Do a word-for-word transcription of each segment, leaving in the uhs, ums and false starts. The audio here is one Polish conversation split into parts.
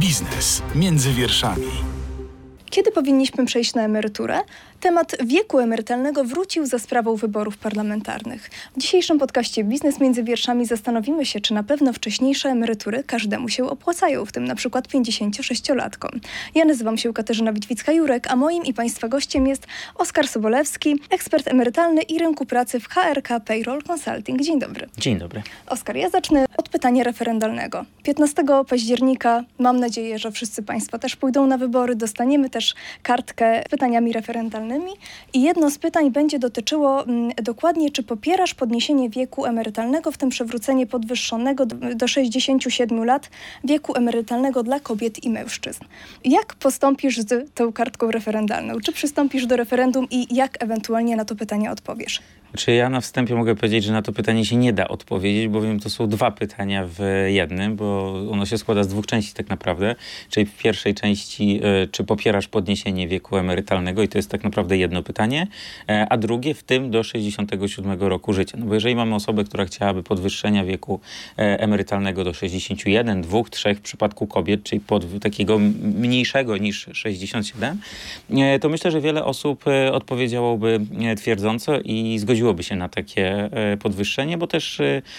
Biznes między wierszami. Kiedy powinniśmy przejść na emeryturę? Temat wieku emerytalnego wrócił za sprawą wyborów parlamentarnych. W dzisiejszym podcaście Biznes między wierszami zastanowimy się, czy na pewno wcześniejsze emerytury każdemu się opłacają, w tym na przykład pięćdziesięciosześciolatkom. Ja nazywam się Katarzyna Witwicka-Jurek, a moim i Państwa gościem jest Oskar Sobolewski, ekspert emerytalny i rynku pracy w H R K Payroll Consulting. Dzień dobry. Dzień dobry. Oskar, ja zacznę od pytania referendalnego. piętnastego października, mam nadzieję, że wszyscy Państwo też pójdą na wybory, dostaniemy też kartkę z pytaniami referendalnymi i jedno z pytań będzie dotyczyło m, dokładnie, czy popierasz podniesienie wieku emerytalnego, w tym przywrócenie podwyższonego do, do sześćdziesięciu siedmiu lat wieku emerytalnego dla kobiet i mężczyzn. Jak postąpisz z tą kartką referendalną? Czy przystąpisz do referendum i jak ewentualnie na to pytanie odpowiesz? Czy ja na wstępie mogę powiedzieć, że na to pytanie się nie da odpowiedzieć, bowiem to są dwa pytania w jednym, bo ono się składa z dwóch części tak naprawdę. Czyli w pierwszej części, y, czy popierasz podniesienie wieku emerytalnego, i to jest tak naprawdę jedno pytanie, e, a drugie w tym do sześćdziesiątego siódmego roku życia. No bo jeżeli mamy osobę, która chciałaby podwyższenia wieku e, emerytalnego do sześćdziesięciu jeden, dwóch, trzech w przypadku kobiet, czyli pod, takiego mniejszego niż sześćdziesiąt siedem, e, to myślę, że wiele osób e, odpowiedziałoby e, twierdząco i zgodziłoby by się na takie podwyższenie, bo też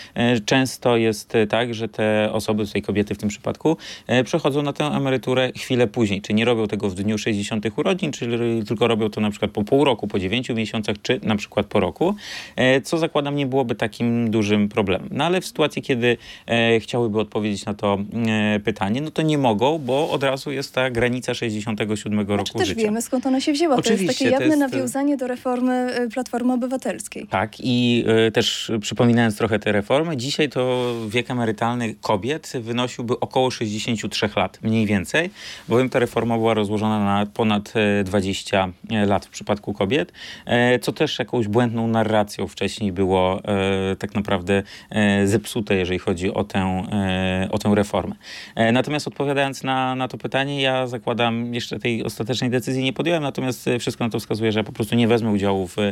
często jest tak, że te osoby, tutaj kobiety w tym przypadku, przechodzą na tę emeryturę chwilę później. Czy nie robią tego w dniu sześćdziesiątych urodzin, czy tylko robią to na przykład po pół roku, po dziewięciu miesiącach, czy na przykład po roku, co zakładam nie byłoby takim dużym problemem. No ale w sytuacji, kiedy chciałyby odpowiedzieć na to pytanie, no to nie mogą, bo od razu jest ta granica sześćdziesiątego siódmego znaczy, roku też życia. Wiemy, skąd ona się wzięła. Oczywiście, to jest takie jawne jest... nawiązanie do reformy Platformy Obywatelskiej. Tak i y, też przypominając trochę te reformy, dzisiaj to wiek emerytalny kobiet wynosiłby około sześćdziesięciu trzech lat, mniej więcej, bowiem ta reforma była rozłożona na ponad dwadzieścia lat w przypadku kobiet, e, co też jakąś błędną narracją wcześniej było e, tak naprawdę e, zepsute, jeżeli chodzi o tę, e, o tę reformę. E, natomiast odpowiadając na, na to pytanie, ja zakładam, jeszcze tej ostatecznej decyzji nie podjąłem, natomiast wszystko na to wskazuje, że ja po prostu nie wezmę udziału w,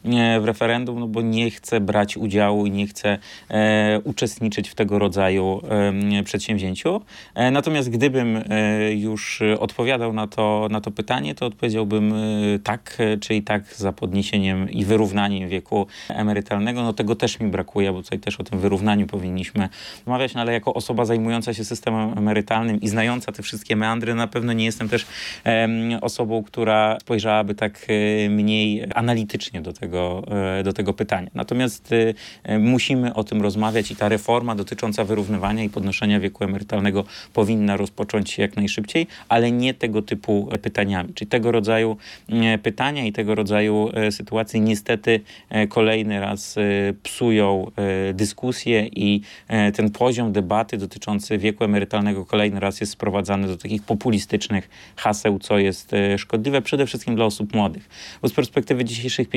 w referendum, no bo nie chcę brać udziału i nie chcę e, uczestniczyć w tego rodzaju e, przedsięwzięciu. E, natomiast gdybym e, już odpowiadał na to, na to pytanie, to odpowiedziałbym e, tak, e, czyli tak za podniesieniem i wyrównaniem wieku emerytalnego. No tego też mi brakuje, bo tutaj też o tym wyrównaniu powinniśmy rozmawiać, no ale jako osoba zajmująca się systemem emerytalnym i znająca te wszystkie meandry, na pewno nie jestem też e, osobą, która spojrzałaby tak e, mniej analitycznie do tego, e, do tego pytania. Natomiast y, y, musimy o tym rozmawiać i ta reforma dotycząca wyrównywania i podnoszenia wieku emerytalnego powinna rozpocząć się jak najszybciej, ale nie tego typu pytaniami. Czyli tego rodzaju y, pytania i tego rodzaju y, sytuacje niestety y, kolejny raz y, psują y, dyskusję i y, ten poziom debaty dotyczący wieku emerytalnego kolejny raz jest sprowadzany do takich populistycznych haseł, co jest y, szkodliwe przede wszystkim dla osób młodych. Bo z perspektywy dzisiejszych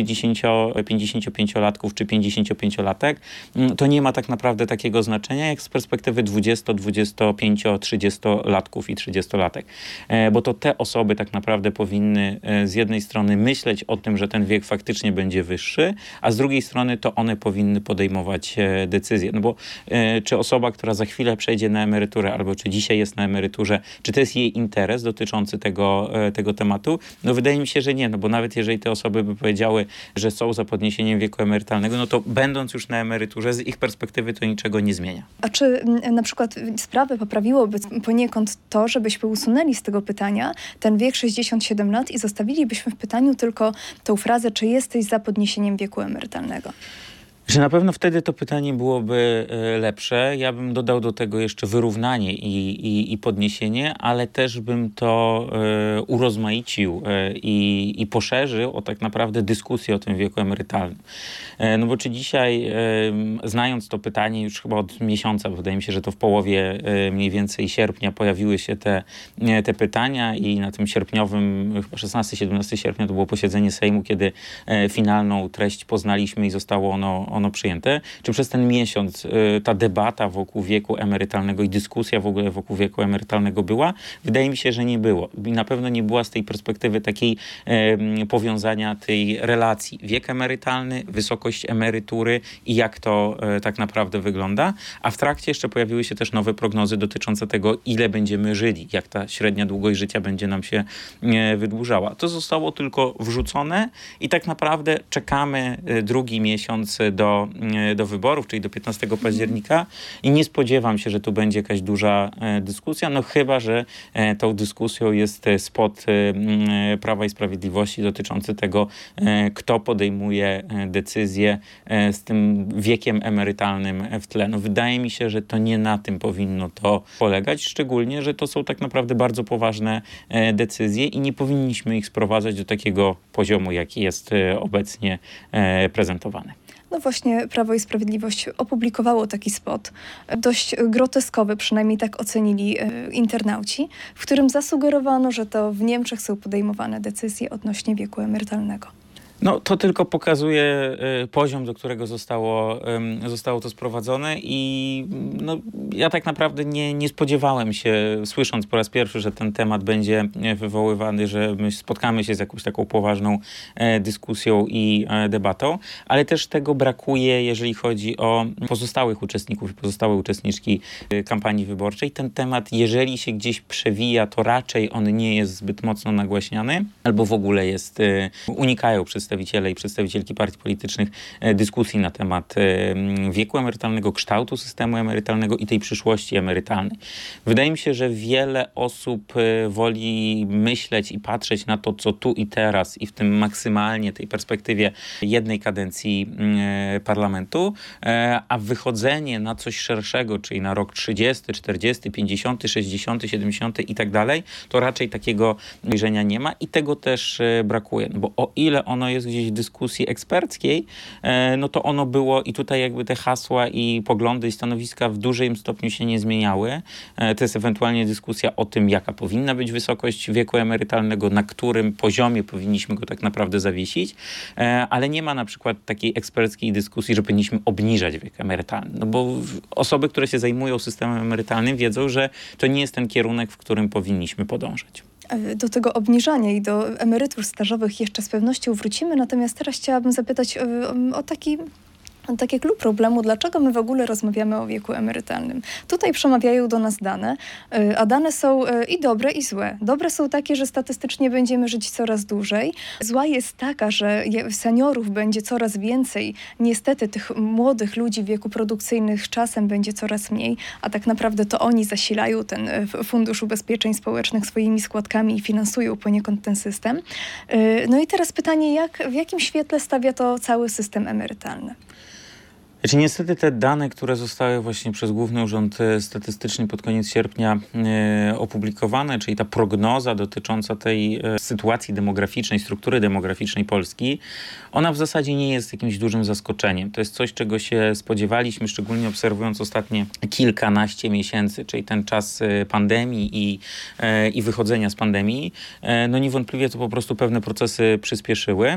pięćdziesięciopięciolatków czy pięćdziesięciopięciolatek, to nie ma tak naprawdę takiego znaczenia, jak z perspektywy dwudziesto-, dwudziestopięcio-, trzydziestolatków i trzydziestolatek. E, bo to te osoby tak naprawdę powinny e, z jednej strony myśleć o tym, że ten wiek faktycznie będzie wyższy, a z drugiej strony to one powinny podejmować e, decyzje. No bo e, czy osoba, która za chwilę przejdzie na emeryturę, albo czy dzisiaj jest na emeryturze, czy to jest jej interes dotyczący tego, e, tego tematu? No wydaje mi się, że nie, no bo nawet jeżeli te osoby by powiedziały, że są za podniesieniem wieku emerytalnego, no to będąc już na emeryturze, z ich perspektywy to niczego nie zmienia. A czy m, na przykład sprawę poprawiłoby poniekąd to, żebyśmy usunęli z tego pytania ten wiek sześćdziesiąt siedem lat i zostawilibyśmy w pytaniu tylko tą frazę, czy jesteś za podniesieniem wieku emerytalnego? Że na pewno wtedy to pytanie byłoby lepsze. Ja bym dodał do tego jeszcze wyrównanie i, i, i podniesienie, ale też bym to e, urozmaicił e, i, i poszerzył o tak naprawdę dyskusję o tym wieku emerytalnym. E, no bo czy dzisiaj, e, znając to pytanie już chyba od miesiąca, bo wydaje mi się, że to w połowie e, mniej więcej sierpnia pojawiły się te, e, te pytania i na tym sierpniowym, chyba szesnastego siedemnastego sierpnia to było posiedzenie Sejmu, kiedy e, finalną treść poznaliśmy i zostało ono ono przyjęte. Czy przez ten miesiąc ta debata wokół wieku emerytalnego i dyskusja w ogóle wokół wieku emerytalnego była? Wydaje mi się, że nie było. I na pewno nie była z tej perspektywy takiej e, powiązania tej relacji. Wiek emerytalny, wysokość emerytury i jak to e, tak naprawdę wygląda. A w trakcie jeszcze pojawiły się też nowe prognozy dotyczące tego, ile będziemy żyli, jak ta średnia długość życia będzie nam się e, wydłużała. To zostało tylko wrzucone i tak naprawdę czekamy e, drugi miesiąc do, e, do wyborów, czyli do piętnastego października i nie spodziewam się, że tu będzie jakaś duża e, dyskusja, no chyba, że e, tą dyskusją jest spot e, Prawa i Sprawiedliwości dotyczący tego, e, kto podejmuje decyzje e, z tym wiekiem emerytalnym w tle. No wydaje mi się, że to nie na tym powinno to polegać, szczególnie, że to są tak naprawdę bardzo poważne e, decyzje i nie powinniśmy ich sprowadzać do takiego poziomu, jaki jest e, obecnie e, prezentowany. No właśnie Prawo i Sprawiedliwość opublikowało taki spot, dość groteskowy, przynajmniej tak ocenili e, internauci, w którym zasugerowano, że to w Niemczech są podejmowane decyzje odnośnie wieku emerytalnego. No to tylko pokazuje y, poziom, do którego zostało, y, zostało to sprowadzone i no, ja tak naprawdę nie, nie spodziewałem się, słysząc po raz pierwszy, że ten temat będzie wywoływany, że my spotkamy się z jakąś taką poważną e, dyskusją i e, debatą, ale też tego brakuje, jeżeli chodzi o pozostałych uczestników i pozostałe uczestniczki y, kampanii wyborczej. Ten temat, jeżeli się gdzieś przewija, to raczej on nie jest zbyt mocno nagłaśniany, albo w ogóle jest, y, unikają przez przedstawiciele i przedstawicielki partii politycznych dyskusji na temat wieku emerytalnego, kształtu systemu emerytalnego i tej przyszłości emerytalnej. Wydaje mi się, że wiele osób woli myśleć i patrzeć na to, co tu i teraz i w tym maksymalnie tej perspektywie jednej kadencji parlamentu, a wychodzenie na coś szerszego, czyli na rok trzydziesty, czterdziesty, pięćdziesiąty, sześćdziesiąty, siedemdziesiąty i tak dalej, to raczej takiego spojrzenia nie ma i tego też brakuje. No bo o ile ono jest gdzieś w dyskusji eksperckiej, no to ono było i tutaj jakby te hasła i poglądy i stanowiska w dużym stopniu się nie zmieniały. To jest ewentualnie dyskusja o tym, jaka powinna być wysokość wieku emerytalnego, na którym poziomie powinniśmy go tak naprawdę zawiesić, ale nie ma na przykład takiej eksperckiej dyskusji, że powinniśmy obniżać wiek emerytalny. No bo osoby, które się zajmują systemem emerytalnym, wiedzą, że to nie jest ten kierunek, w którym powinniśmy podążać. Do tego obniżania i do emerytur stażowych jeszcze z pewnością wrócimy, natomiast teraz chciałabym zapytać o, o taki... Takie klub problemu, dlaczego my w ogóle rozmawiamy o wieku emerytalnym. Tutaj przemawiają do nas dane, a dane są i dobre, i złe. Dobre są takie, że statystycznie będziemy żyć coraz dłużej. Zła jest taka, że seniorów będzie coraz więcej. Niestety tych młodych ludzi w wieku produkcyjnym czasem będzie coraz mniej, a tak naprawdę to oni zasilają ten Fundusz Ubezpieczeń Społecznych swoimi składkami i finansują poniekąd ten system. No i teraz pytanie, jak, w jakim świetle stawia to cały system emerytalny? Znaczy, niestety te dane, które zostały właśnie przez Główny Urząd Statystyczny pod koniec sierpnia e, opublikowane, czyli ta prognoza dotycząca tej e, sytuacji demograficznej, struktury demograficznej Polski, ona w zasadzie nie jest jakimś dużym zaskoczeniem. To jest coś, czego się spodziewaliśmy, szczególnie obserwując ostatnie kilkanaście miesięcy, czyli ten czas pandemii i, e, i wychodzenia z pandemii. E, no niewątpliwie to po prostu pewne procesy przyspieszyły.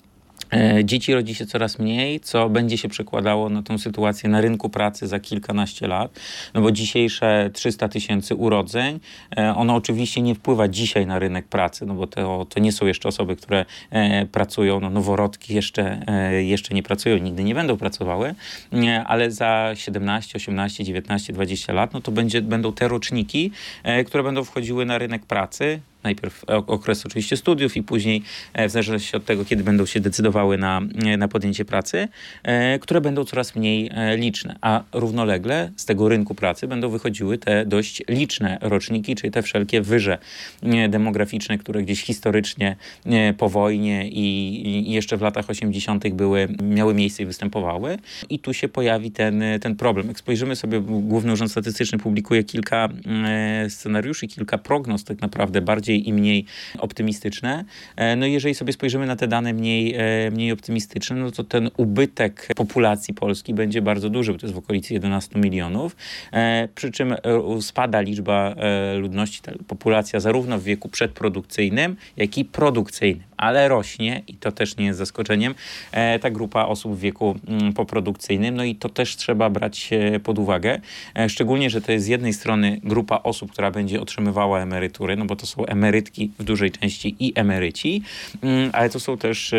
Dzieci rodzi się coraz mniej, co będzie się przekładało na tę sytuację na rynku pracy za kilkanaście lat, no bo dzisiejsze trzysta tysięcy urodzeń, ono oczywiście nie wpływa dzisiaj na rynek pracy, no bo to, to nie są jeszcze osoby, które e, pracują, no noworodki jeszcze, e, jeszcze nie pracują, nigdy nie będą pracowały, e, ale za siedemnaście, osiemnaście, dziewiętnaście, dwadzieścia lat, no to będzie, będą te roczniki, e, które będą wchodziły na rynek pracy. Najpierw okres oczywiście studiów i później w zależności od tego, kiedy będą się decydowały na, na podjęcie pracy, e, które będą coraz mniej e, liczne. A równolegle z tego rynku pracy będą wychodziły te dość liczne roczniki, czyli te wszelkie wyże e, demograficzne, które gdzieś historycznie e, po wojnie i, i jeszcze w latach osiemdziesiątych były, miały miejsce i występowały. I tu się pojawi ten, ten problem. Jak spojrzymy sobie, Główny Urząd Statystyczny publikuje kilka e, scenariuszy, kilka prognoz tak naprawdę bardziej i mniej optymistyczne. No i jeżeli sobie spojrzymy na te dane mniej, mniej optymistyczne, no to ten ubytek populacji Polski będzie bardzo duży, bo to jest w okolicy jedenastu milionów. Przy czym spada liczba ludności, ta populacja zarówno w wieku przedprodukcyjnym, jak i produkcyjnym. ale rośnie i to też nie jest zaskoczeniem ta grupa osób w wieku poprodukcyjnym. No i to też trzeba brać pod uwagę. Szczególnie, że to jest z jednej strony grupa osób, która będzie otrzymywała emerytury, no bo to są emerytki w dużej części i emeryci, ale to są też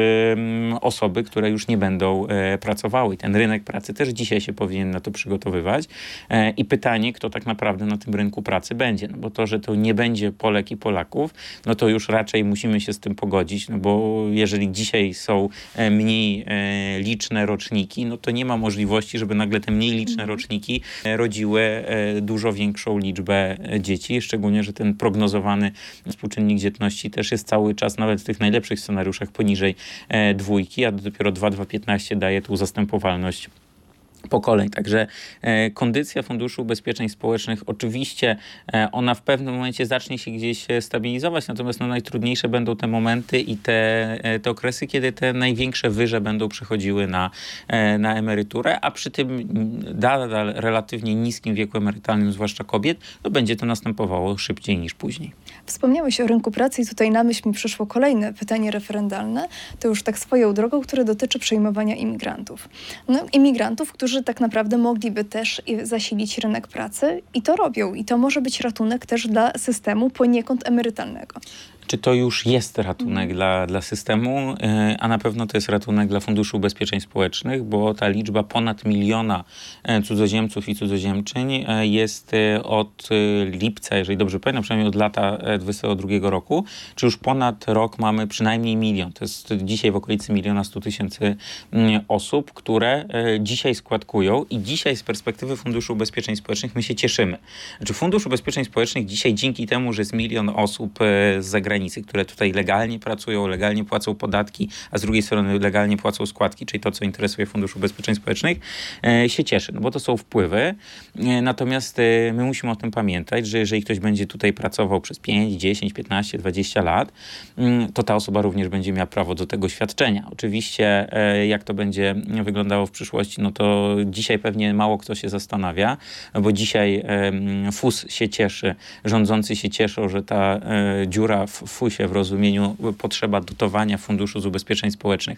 osoby, które już nie będą pracowały. I ten rynek pracy też dzisiaj się powinien na to przygotowywać. I pytanie, kto tak naprawdę na tym rynku pracy będzie. No bo to, że to nie będzie Polek i Polaków, no to już raczej musimy się z tym pogodzić, no bo jeżeli dzisiaj są mniej liczne roczniki, no to nie ma możliwości, żeby nagle te mniej liczne roczniki rodziły dużo większą liczbę dzieci, szczególnie, że ten prognozowany współczynnik dzietności też jest cały czas, nawet w tych najlepszych scenariuszach, poniżej dwójki, a dopiero dwa przecinek piętnaście daje tu zastępowalność pokoleń. Także e, kondycja Funduszu Ubezpieczeń Społecznych, oczywiście e, ona w pewnym momencie zacznie się gdzieś stabilizować, natomiast no, najtrudniejsze będą te momenty i te, e, te okresy, kiedy te największe wyże będą przechodziły na, e, na emeryturę, a przy tym nadal relatywnie niskim wieku emerytalnym, zwłaszcza kobiet, no, będzie to następowało szybciej niż później. Wspomniałeś o rynku pracy i tutaj na myśl mi przyszło kolejne pytanie referendalne, to już tak swoją drogą, które dotyczy przejmowania imigrantów. No, imigrantów, którzy tak naprawdę mogliby też zasilić rynek pracy i to robią. I to może być ratunek też dla systemu poniekąd emerytalnego. Czy to już jest ratunek mm. dla, dla systemu, a na pewno to jest ratunek dla Funduszu Ubezpieczeń Społecznych, bo ta liczba ponad miliona cudzoziemców i cudzoziemczyń jest od lipca, jeżeli dobrze pamiętam, przynajmniej od lata dwudziestego drugiego roku, czy już ponad rok mamy przynajmniej milion. To jest dzisiaj w okolicy miliona stu tysięcy osób, które dzisiaj składkują i dzisiaj z perspektywy Funduszu Ubezpieczeń Społecznych my się cieszymy. Znaczy Fundusz Ubezpieczeń Społecznych dzisiaj dzięki temu, że jest milion osób z zagranicy, które tutaj legalnie pracują, legalnie płacą podatki, a z drugiej strony legalnie płacą składki, czyli to, co interesuje Fundusz Ubezpieczeń Społecznych, e, się cieszy, no bo to są wpływy. E, natomiast e, my musimy o tym pamiętać, że jeżeli ktoś będzie tutaj pracował przez pięć, dziesięć, piętnaście, dwadzieścia lat, m, to ta osoba również będzie miała prawo do tego świadczenia. Oczywiście, e, jak to będzie wyglądało w przyszłości, no to dzisiaj pewnie mało kto się zastanawia, bo dzisiaj e, F U S się cieszy, rządzący się cieszą, że ta e, dziura w F U S-ie w rozumieniu potrzeba dotowania Funduszu z Ubezpieczeń Społecznych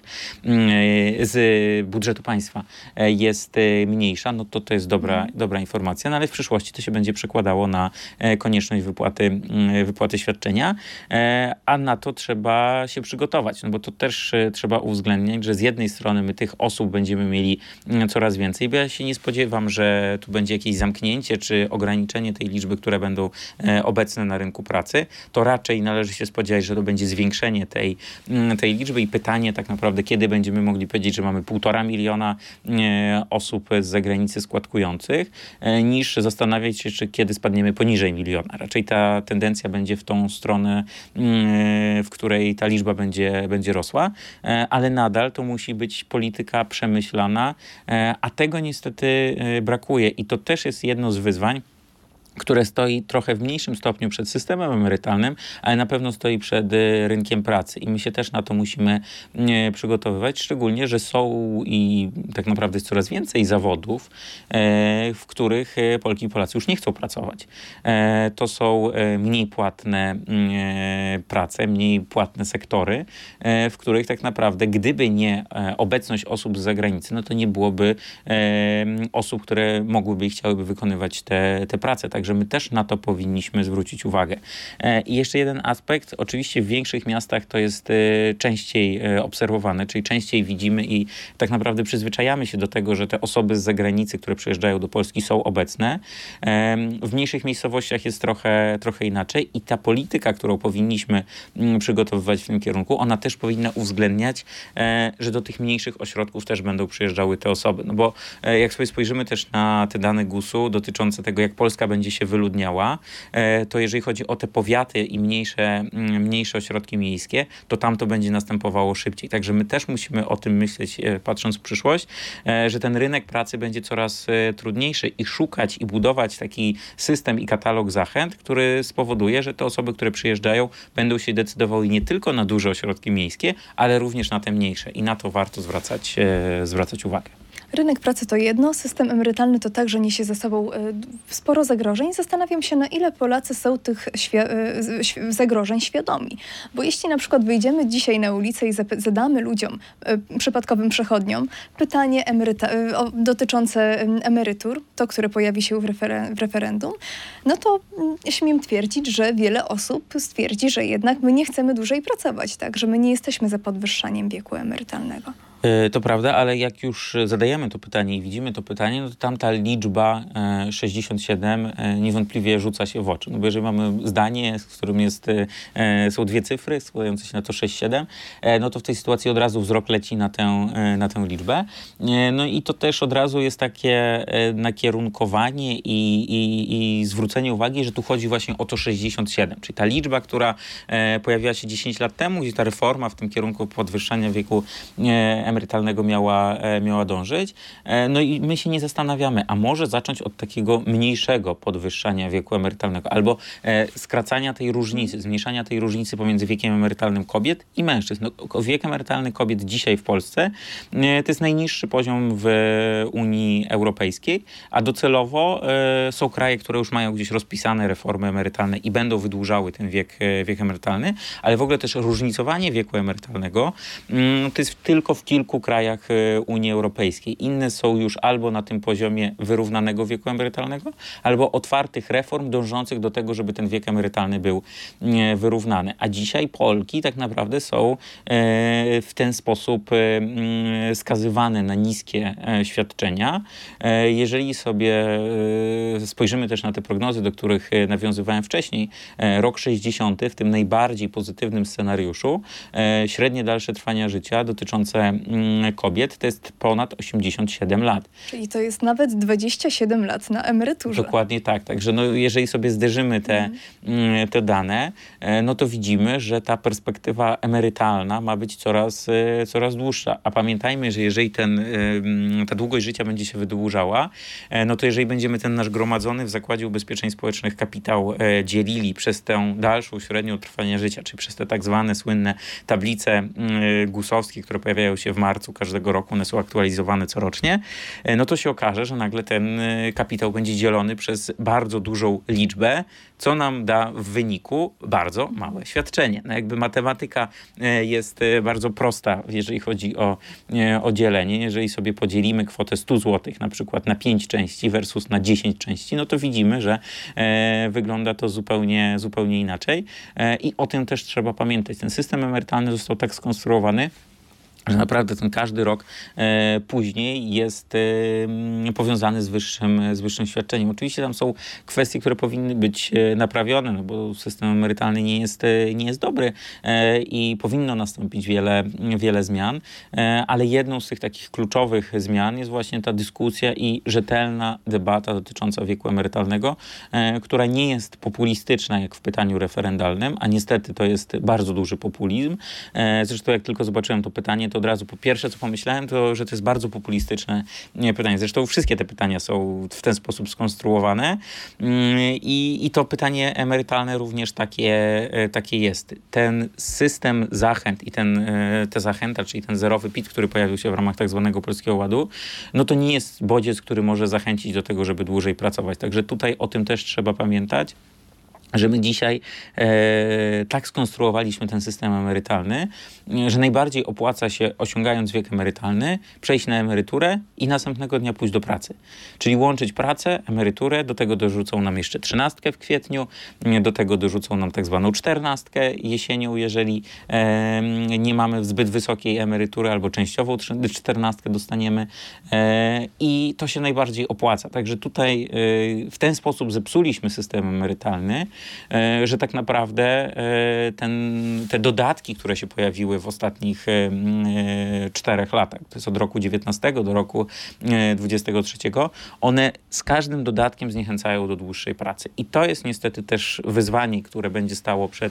z budżetu państwa jest mniejsza, no to to jest dobra, mm. dobra informacja, no ale w przyszłości to się będzie przekładało na konieczność wypłaty, wypłaty świadczenia, a na to trzeba się przygotować, no bo to też trzeba uwzględniać, że z jednej strony my tych osób będziemy mieli coraz więcej, bo ja się nie spodziewam, że tu będzie jakieś zamknięcie czy ograniczenie tej liczby, które będą obecne na rynku pracy, to raczej należy się spodziewać, że to będzie zwiększenie tej, tej liczby i pytanie tak naprawdę, kiedy będziemy mogli powiedzieć, że mamy półtora miliona osób z zagranicy składkujących, niż zastanawiać się, czy kiedy spadniemy poniżej miliona. Raczej ta tendencja będzie w tą stronę, w której ta liczba będzie, będzie rosła, ale nadal to musi być polityka przemyślana, a tego niestety brakuje i to też jest jedno z wyzwań, które stoi trochę w mniejszym stopniu przed systemem emerytalnym, ale na pewno stoi przed rynkiem pracy i my się też na to musimy przygotowywać, szczególnie, że są i tak naprawdę jest coraz więcej zawodów, w których Polki i Polacy już nie chcą pracować. To są mniej płatne prace, mniej płatne sektory, w których tak naprawdę gdyby nie obecność osób z zagranicy, no to nie byłoby osób, które mogłyby i chciałyby wykonywać te, te prace. Tak Także my też na to powinniśmy zwrócić uwagę. I jeszcze jeden aspekt. Oczywiście w większych miastach to jest częściej obserwowane, czyli częściej widzimy i tak naprawdę przyzwyczajamy się do tego, że te osoby z zagranicy, które przyjeżdżają do Polski, są obecne. W mniejszych miejscowościach jest trochę, trochę inaczej i ta polityka, którą powinniśmy przygotowywać w tym kierunku, ona też powinna uwzględniać, że do tych mniejszych ośrodków też będą przyjeżdżały te osoby. No bo jak sobie spojrzymy też na te dane gusu dotyczące tego, jak Polska będzie się wyludniała, to jeżeli chodzi o te powiaty i mniejsze, mniejsze ośrodki miejskie, to tam to będzie następowało szybciej. Także my też musimy o tym myśleć, patrząc w przyszłość, że ten rynek pracy będzie coraz trudniejszy i szukać i budować taki system i katalog zachęt, który spowoduje, że te osoby, które przyjeżdżają, będą się decydowały nie tylko na duże ośrodki miejskie, ale również na te mniejsze i na to warto zwracać, zwracać uwagę. Rynek pracy to jedno, system emerytalny to także niesie ze sobą y, sporo zagrożeń. Zastanawiam się, na ile Polacy są tych świ- y, zagrożeń świadomi. Bo jeśli na przykład wyjdziemy dzisiaj na ulicę i zap- zadamy ludziom, y, przypadkowym przechodniom, pytanie emeryta- y, o, dotyczące y, emerytur, to, które pojawi się w, referen- w referendum, no to y, śmiem twierdzić, że wiele osób stwierdzi, że jednak my nie chcemy dłużej pracować, tak? Że my nie jesteśmy za podwyższaniem wieku emerytalnego. To prawda, ale jak już zadajemy to pytanie i widzimy to pytanie, no to tam ta liczba e, sześćdziesiąt siedem e, niewątpliwie rzuca się w oczy. No bo jeżeli mamy zdanie, w którym jest, e, są dwie cyfry składające się na to sześć siedem, e, no to w tej sytuacji od razu wzrok leci na tę, e, na tę liczbę. E, no i to też od razu jest takie e, nakierunkowanie i, i, i zwrócenie uwagi, że tu chodzi właśnie o to sześćdziesiąt siedem, czyli ta liczba, która e, pojawiła się dziesięć lat temu, gdzie ta reforma w tym kierunku podwyższania wieku e, emerytalnego miała, miała dążyć. No i my się nie zastanawiamy, a może zacząć od takiego mniejszego podwyższania wieku emerytalnego albo skracania tej różnicy, zmniejszania tej różnicy pomiędzy wiekiem emerytalnym kobiet i mężczyzn. No, wiek emerytalny kobiet dzisiaj w Polsce to jest najniższy poziom w Unii Europejskiej, a docelowo są kraje, które już mają gdzieś rozpisane reformy emerytalne i będą wydłużały ten wiek, wiek emerytalny, ale w ogóle też różnicowanie wieku emerytalnego to jest tylko w kilku krajach Unii Europejskiej. Inne są już albo na tym poziomie wyrównanego wieku emerytalnego, albo otwartych reform dążących do tego, żeby ten wiek emerytalny był wyrównany. A dzisiaj Polki tak naprawdę są w ten sposób skazywane na niskie świadczenia. Jeżeli sobie spojrzymy też na te prognozy, do których nawiązywałem wcześniej, rok sześćdziesiąty w tym najbardziej pozytywnym scenariuszu, średnie dalsze trwania życia dotyczące kobiet to jest ponad osiemdziesiąt siedem lat. Czyli to jest nawet dwadzieścia siedem lat na emeryturze. Dokładnie tak. Także no, jeżeli sobie zderzymy te, mm. te dane, no to widzimy, że ta perspektywa emerytalna ma być coraz, coraz dłuższa. A pamiętajmy, że jeżeli ten, ta długość życia będzie się wydłużała, no to jeżeli będziemy ten nasz gromadzony w Zakładzie Ubezpieczeń Społecznych kapitał dzielili przez tę dalszą średnią trwania życia, czyli przez te tak zwane słynne tablice gusowskie, które pojawiają się w marcu każdego roku, one są aktualizowane corocznie, no to się okaże, że nagle ten kapitał będzie dzielony przez bardzo dużą liczbę, co nam da w wyniku bardzo małe świadczenie. No jakby matematyka jest bardzo prosta, jeżeli chodzi o, o dzielenie. Jeżeli sobie podzielimy kwotę stu złotych na przykład na pięć części versus na dziesięć części, no to widzimy, że e, wygląda to zupełnie, zupełnie inaczej. E, I o tym też trzeba pamiętać. Ten system emerytalny został tak skonstruowany, że naprawdę ten każdy rok e, później jest e, powiązany z wyższym, z wyższym świadczeniem. Oczywiście tam są kwestie, które powinny być e, naprawione, no bo system emerytalny nie jest, e, nie jest dobry e, i powinno nastąpić wiele, wiele zmian, e, ale jedną z tych takich kluczowych zmian jest właśnie ta dyskusja i rzetelna debata dotycząca wieku emerytalnego, e, która nie jest populistyczna jak w pytaniu referendalnym, a niestety to jest bardzo duży populizm. E, zresztą jak tylko zobaczyłem to pytanie, to od razu po pierwsze, co pomyślałem, to, że to jest bardzo populistyczne pytanie. Zresztą wszystkie te pytania są w ten sposób skonstruowane i, i to pytanie emerytalne również takie, takie jest. Ten system zachęt i ten, te zachęta, czyli ten zerowy P I T, który pojawił się w ramach tak zwanego Polskiego Ładu, no to nie jest bodziec, który może zachęcić do tego, żeby dłużej pracować. Także tutaj o tym też trzeba pamiętać, że my dzisiaj e, tak skonstruowaliśmy ten system emerytalny, że najbardziej opłaca się, osiągając wiek emerytalny, przejść na emeryturę i następnego dnia pójść do pracy. Czyli łączyć pracę, emeryturę, do tego dorzucą nam jeszcze trzynastkę w kwietniu, do tego dorzucą nam tak zwaną czternastkę jesienią, jeżeli e, nie mamy zbyt wysokiej emerytury albo częściową czternastkę dostaniemy e, i to się najbardziej opłaca. Także tutaj e, w ten sposób zepsuliśmy system emerytalny, że tak naprawdę ten, te dodatki, które się pojawiły w ostatnich czterech latach, to jest od roku dziewiętnastego do roku dwudziestego trzeciego, one z każdym dodatkiem zniechęcają do dłuższej pracy. I to jest niestety też wyzwanie, które będzie stało przed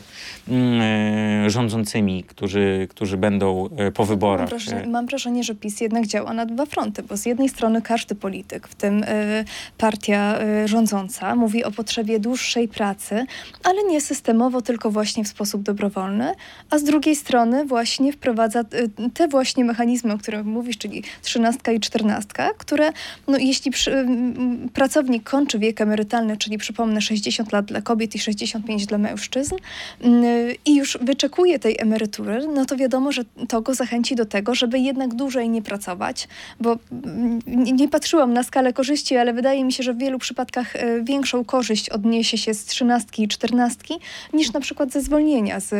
rządzącymi, którzy, którzy będą po wyborach. Mam wrażenie, mam wrażenie, że PiS jednak działa na dwa fronty, bo z jednej strony każdy polityk, w tym y, partia y, rządząca, mówi o potrzebie dłuższej pracy, emerytury, ale nie systemowo, tylko właśnie w sposób dobrowolny, a z drugiej strony właśnie wprowadza te właśnie mechanizmy, o których mówisz, czyli trzynastka i czternastka, które no, jeśli przy, pracownik kończy wiek emerytalny, czyli przypomnę sześćdziesiąt lat dla kobiet i sześćdziesiąt pięć dla mężczyzn i już wyczekuje tej emerytury, no to wiadomo, że to go zachęci do tego, żeby jednak dłużej nie pracować, bo nie patrzyłam na skalę korzyści, ale wydaje mi się, że w wielu przypadkach większą korzyść odniesie się z trzynastki i czternastki niż na przykład ze zwolnienia z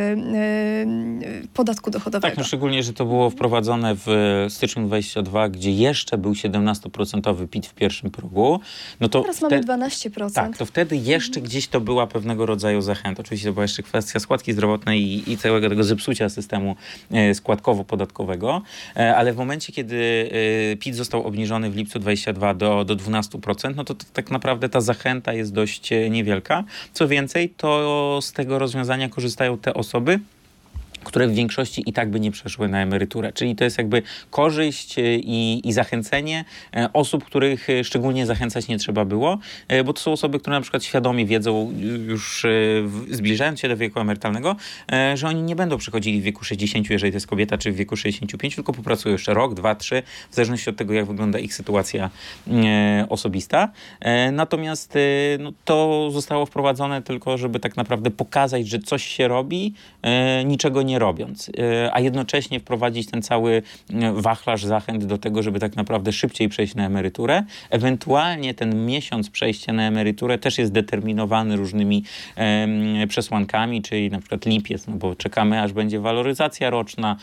y, podatku dochodowego. Tak, no szczególnie, że to było wprowadzone w styczniu dwudziestym drugim, gdzie jeszcze był siedemnastoprocentowy P I T w pierwszym progu. No to Teraz wte... mamy dwanaście procent. Tak, to wtedy jeszcze mhm. gdzieś to była pewnego rodzaju zachęta. Oczywiście to była jeszcze kwestia składki zdrowotnej i, i całego tego zepsucia systemu e, składkowo-podatkowego, e, ale w momencie, kiedy e, P I T został obniżony w lipcu dwudziestym drugim do, do dwunastu procent, no to, to tak naprawdę ta zachęta jest dość niewielka. Co więcej, to z tego rozwiązania korzystają te osoby, które w większości i tak by nie przeszły na emeryturę. Czyli to jest jakby korzyść i, i zachęcenie osób, których szczególnie zachęcać nie trzeba było, bo to są osoby, które na przykład świadomie wiedzą, już zbliżając się do wieku emerytalnego, że oni nie będą przychodzili w wieku sześćdziesięciu, jeżeli to jest kobieta, czy w wieku sześćdziesięciu pięciu, tylko popracują jeszcze rok, dwa, trzy, w zależności od tego, jak wygląda ich sytuacja osobista. Natomiast no, to zostało wprowadzone tylko, żeby tak naprawdę pokazać, że coś się robi, niczego nie robiąc, a jednocześnie wprowadzić ten cały wachlarz zachęt do tego, żeby tak naprawdę szybciej przejść na emeryturę. Ewentualnie ten miesiąc przejścia na emeryturę też jest determinowany różnymi e, przesłankami, czyli na przykład lipiec, no bo czekamy, aż będzie waloryzacja roczna,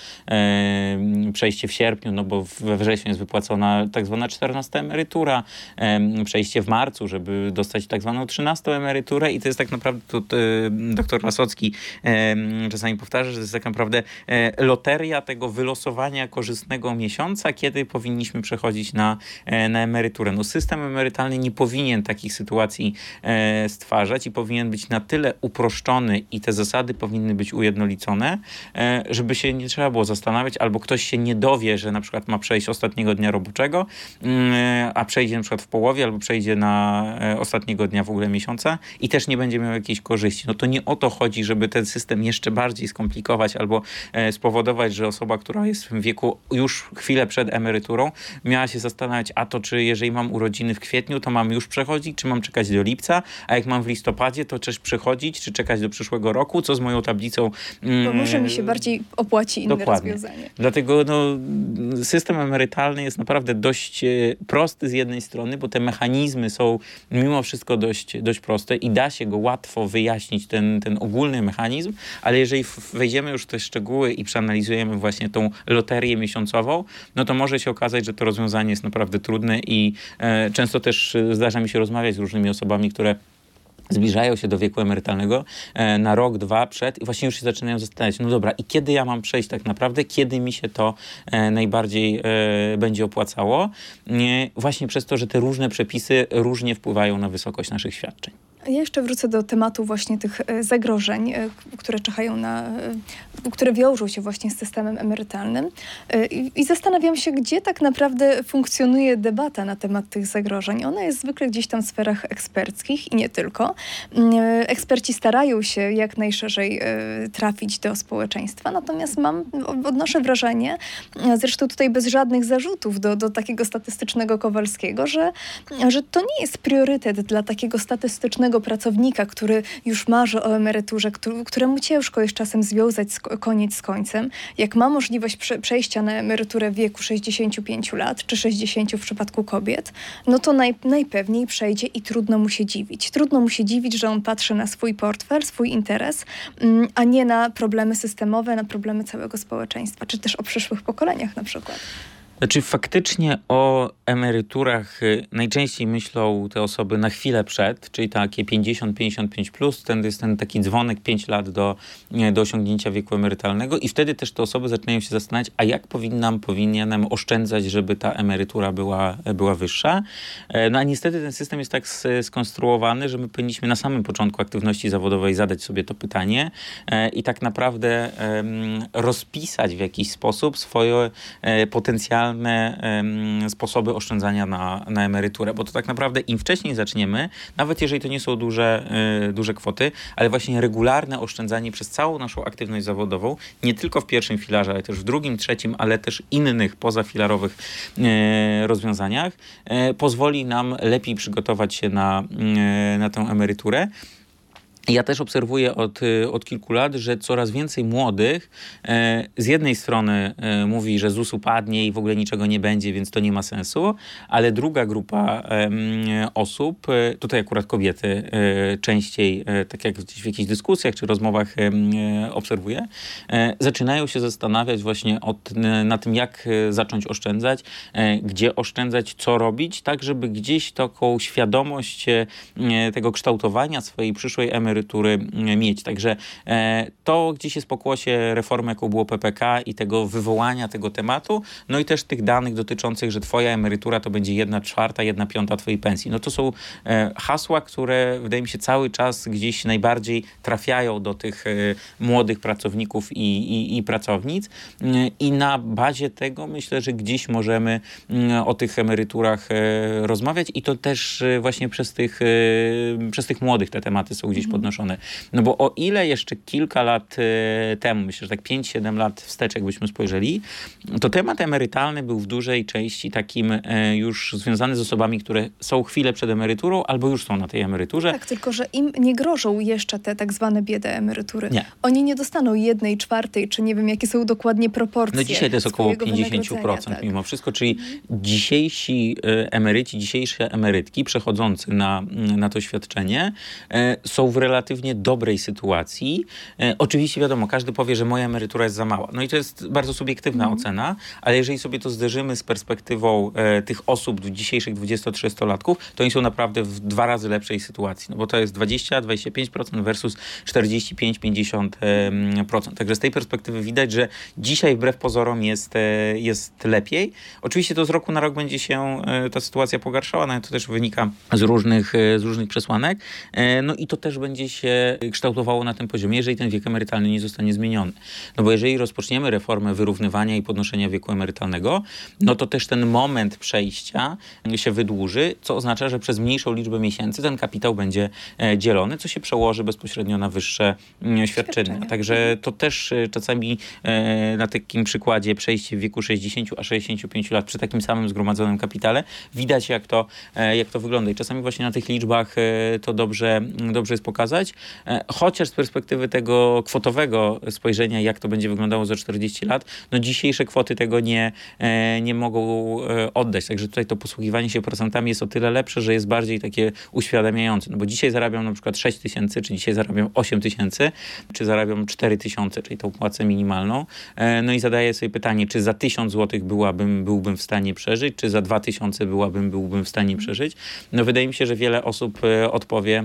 e, przejście w sierpniu, no bo we wrześniu jest wypłacona tak zwana czternasta emerytura, e, przejście w marcu, żeby dostać tak zwaną trzynastą emeryturę i to jest tak naprawdę, tu e, doktor Lasocki e, czasami powtarza, że to jest tak naprawdę e, loteria tego wylosowania korzystnego miesiąca, kiedy powinniśmy przechodzić na, e, na emeryturę. No, system emerytalny nie powinien takich sytuacji e, stwarzać i powinien być na tyle uproszczony i te zasady powinny być ujednolicone, e, żeby się nie trzeba było zastanawiać, albo ktoś się nie dowie, że na przykład ma przejść ostatniego dnia roboczego, e, a przejdzie na przykład w połowie, albo przejdzie na e, ostatniego dnia w ogóle miesiąca i też nie będzie miał jakiejś korzyści. No to nie o to chodzi, żeby ten system jeszcze bardziej skomplikować albo e, spowodować, że osoba, która jest w wieku już chwilę przed emeryturą, miała się zastanawiać, a to czy jeżeli mam urodziny w kwietniu, to mam już przechodzić, czy mam czekać do lipca, a jak mam w listopadzie, to też przechodzić, czy czekać do przyszłego roku, co z moją tablicą... Mm, Bo może mi się bardziej opłaci inne dokładnie. rozwiązanie. Dlatego no, system emerytalny jest naprawdę dość prosty z jednej strony, bo te mechanizmy są mimo wszystko dość, dość proste i da się go łatwo wyjaśnić, ten, ten ogólny mechanizm, ale jeżeli wejdziemy już w te szczegóły i przeanalizujemy właśnie tą loterię miesiącową, no to może się okazać, że to rozwiązanie jest naprawdę trudne i e, często też zdarza mi się rozmawiać z różnymi osobami, które zbliżają się do wieku emerytalnego e, na rok, dwa przed i właśnie już się zaczynają zastanawiać, no dobra, i kiedy ja mam przejść tak naprawdę, kiedy mi się to e, najbardziej e, będzie opłacało? E, właśnie przez to, że te różne przepisy różnie wpływają na wysokość naszych świadczeń. Ja jeszcze wrócę do tematu właśnie tych zagrożeń, które czyhają na, które wiążą się właśnie z systemem emerytalnym. I, i zastanawiam się, gdzie tak naprawdę funkcjonuje debata na temat tych zagrożeń. Ona jest zwykle gdzieś tam w sferach eksperckich i nie tylko. Eksperci starają się jak najszerzej trafić do społeczeństwa, natomiast mam, odnoszę wrażenie, zresztą tutaj bez żadnych zarzutów do, do takiego statystycznego Kowalskiego, że, że to nie jest priorytet dla takiego statystycznego pracownika, który już marzy o emeryturze, który, któremu ciężko jest czasem związać sk- koniec z końcem, jak ma możliwość prze- przejścia na emeryturę w wieku sześćdziesięciu pięciu lat, czy sześćdziesięciu w przypadku kobiet, no to naj- najpewniej przejdzie i trudno mu się dziwić. Trudno mu się dziwić, że on patrzy na swój portfel, swój interes, mm, a nie na problemy systemowe, na problemy całego społeczeństwa, czy też o przyszłych pokoleniach na przykład. Znaczy faktycznie o emeryturach najczęściej myślą te osoby na chwilę przed, czyli takie pięćdziesiąt pięćdziesiąt pięć plus, ten jest ten taki dzwonek pięć lat do, do osiągnięcia wieku emerytalnego i wtedy też te osoby zaczynają się zastanawiać, a jak powinnam, powinienem oszczędzać, żeby ta emerytura była, była wyższa. No a niestety ten system jest tak skonstruowany, że my powinniśmy na samym początku aktywności zawodowej zadać sobie to pytanie i tak naprawdę rozpisać w jakiś sposób swoje potencjalne realne em, sposoby oszczędzania na, na emeryturę, bo to tak naprawdę im wcześniej zaczniemy, nawet jeżeli to nie są duże, y, duże kwoty, ale właśnie regularne oszczędzanie przez całą naszą aktywność zawodową, nie tylko w pierwszym filarze, ale też w drugim, trzecim, ale też innych pozafilarowych y, rozwiązaniach, y, pozwoli nam lepiej przygotować się na, y, na tę emeryturę. Ja też obserwuję od, od kilku lat, że coraz więcej młodych e, z jednej strony e, mówi, że ZUS upadnie i w ogóle niczego nie będzie, więc to nie ma sensu, ale druga grupa e, osób, e, tutaj akurat kobiety e, częściej, e, tak jak gdzieś w jakichś dyskusjach czy rozmowach e, e, obserwuję, e, zaczynają się zastanawiać właśnie od, e, na tym, jak e, zacząć oszczędzać, e, gdzie oszczędzać, co robić, tak żeby gdzieś taką świadomość e, tego kształtowania swojej przyszłej emerytury emerytury mieć. Także e, to gdzieś jest pokłosie reformy, jaką było P P K i tego wywołania tego tematu, no i też tych danych dotyczących, że twoja emerytura to będzie jedna czwarta, jedna piąta twojej pensji. No to są e, hasła, które wydaje mi się cały czas gdzieś najbardziej trafiają do tych e, młodych pracowników i, i, i pracownic e, i na bazie tego myślę, że gdzieś możemy e, o tych emeryturach e, rozmawiać i to też e, właśnie przez tych, e, przez tych młodych te tematy są gdzieś podnoszone. No bo o ile jeszcze kilka lat e, temu, myślę, że tak pięć siedem lat wstecz, jakbyśmy spojrzeli, to temat emerytalny był w dużej części takim e, już związany z osobami, które są chwilę przed emeryturą albo już są na tej emeryturze. Tak, tylko że im nie grożą jeszcze te tak zwane biede emerytury. Nie. Oni nie dostaną jednej czwartej, czy nie wiem, jakie są dokładnie proporcje. No dzisiaj to jest około pięćdziesiąt procent tak. mimo wszystko, czyli mhm. dzisiejsi e, emeryci, dzisiejsze emerytki przechodzący na, na to świadczenie e, są w relatywnie dobrej sytuacji. E, oczywiście wiadomo, każdy powie, że moja emerytura jest za mała. No i to jest bardzo subiektywna mm. ocena, ale jeżeli sobie to zderzymy z perspektywą e, tych osób, dzisiejszych dwudziesto-trzydziestolatków, to oni są naprawdę w dwa razy lepszej sytuacji. No bo to jest dwadzieścia do dwudziestu pięciu procent versus czterdzieści pięć do pięćdziesięciu procent. Także z tej perspektywy widać, że dzisiaj wbrew pozorom jest, e, jest lepiej. Oczywiście to z roku na rok będzie się e, ta sytuacja pogarszała, no to też wynika z różnych, e, z różnych przesłanek. E, no i to też będzie się kształtowało na tym poziomie, jeżeli ten wiek emerytalny nie zostanie zmieniony. No bo jeżeli rozpoczniemy reformę wyrównywania i podnoszenia wieku emerytalnego, no to też ten moment przejścia się wydłuży, co oznacza, że przez mniejszą liczbę miesięcy ten kapitał będzie e, dzielony, co się przełoży bezpośrednio na wyższe e, świadczenia. Także to też e, czasami e, na takim przykładzie przejście w wieku sześćdziesięciu a sześćdziesięciu pięciu lat przy takim samym zgromadzonym kapitale widać, jak to, e, jak to wygląda. I czasami właśnie na tych liczbach e, to dobrze, dobrze jest pokazać. E, chociaż z perspektywy tego kwotowego spojrzenia, jak to będzie wyglądało za czterdzieści lat, no dzisiejsze kwoty tego nie, e, nie mogą e, oddać. Także tutaj to posługiwanie się procentami jest o tyle lepsze, że jest bardziej takie uświadamiające. No bo dzisiaj zarabiam na przykład sześć tysięcy, czy dzisiaj zarabiam osiem tysięcy, czy zarabiam cztery tysiące, czyli tą płacę minimalną. E, no i zadaję sobie pytanie, czy za tysiąc złotych byłabym, byłbym w stanie przeżyć, czy za dwa tysiące byłabym, byłbym w stanie przeżyć. No wydaje mi się, że wiele osób e, odpowie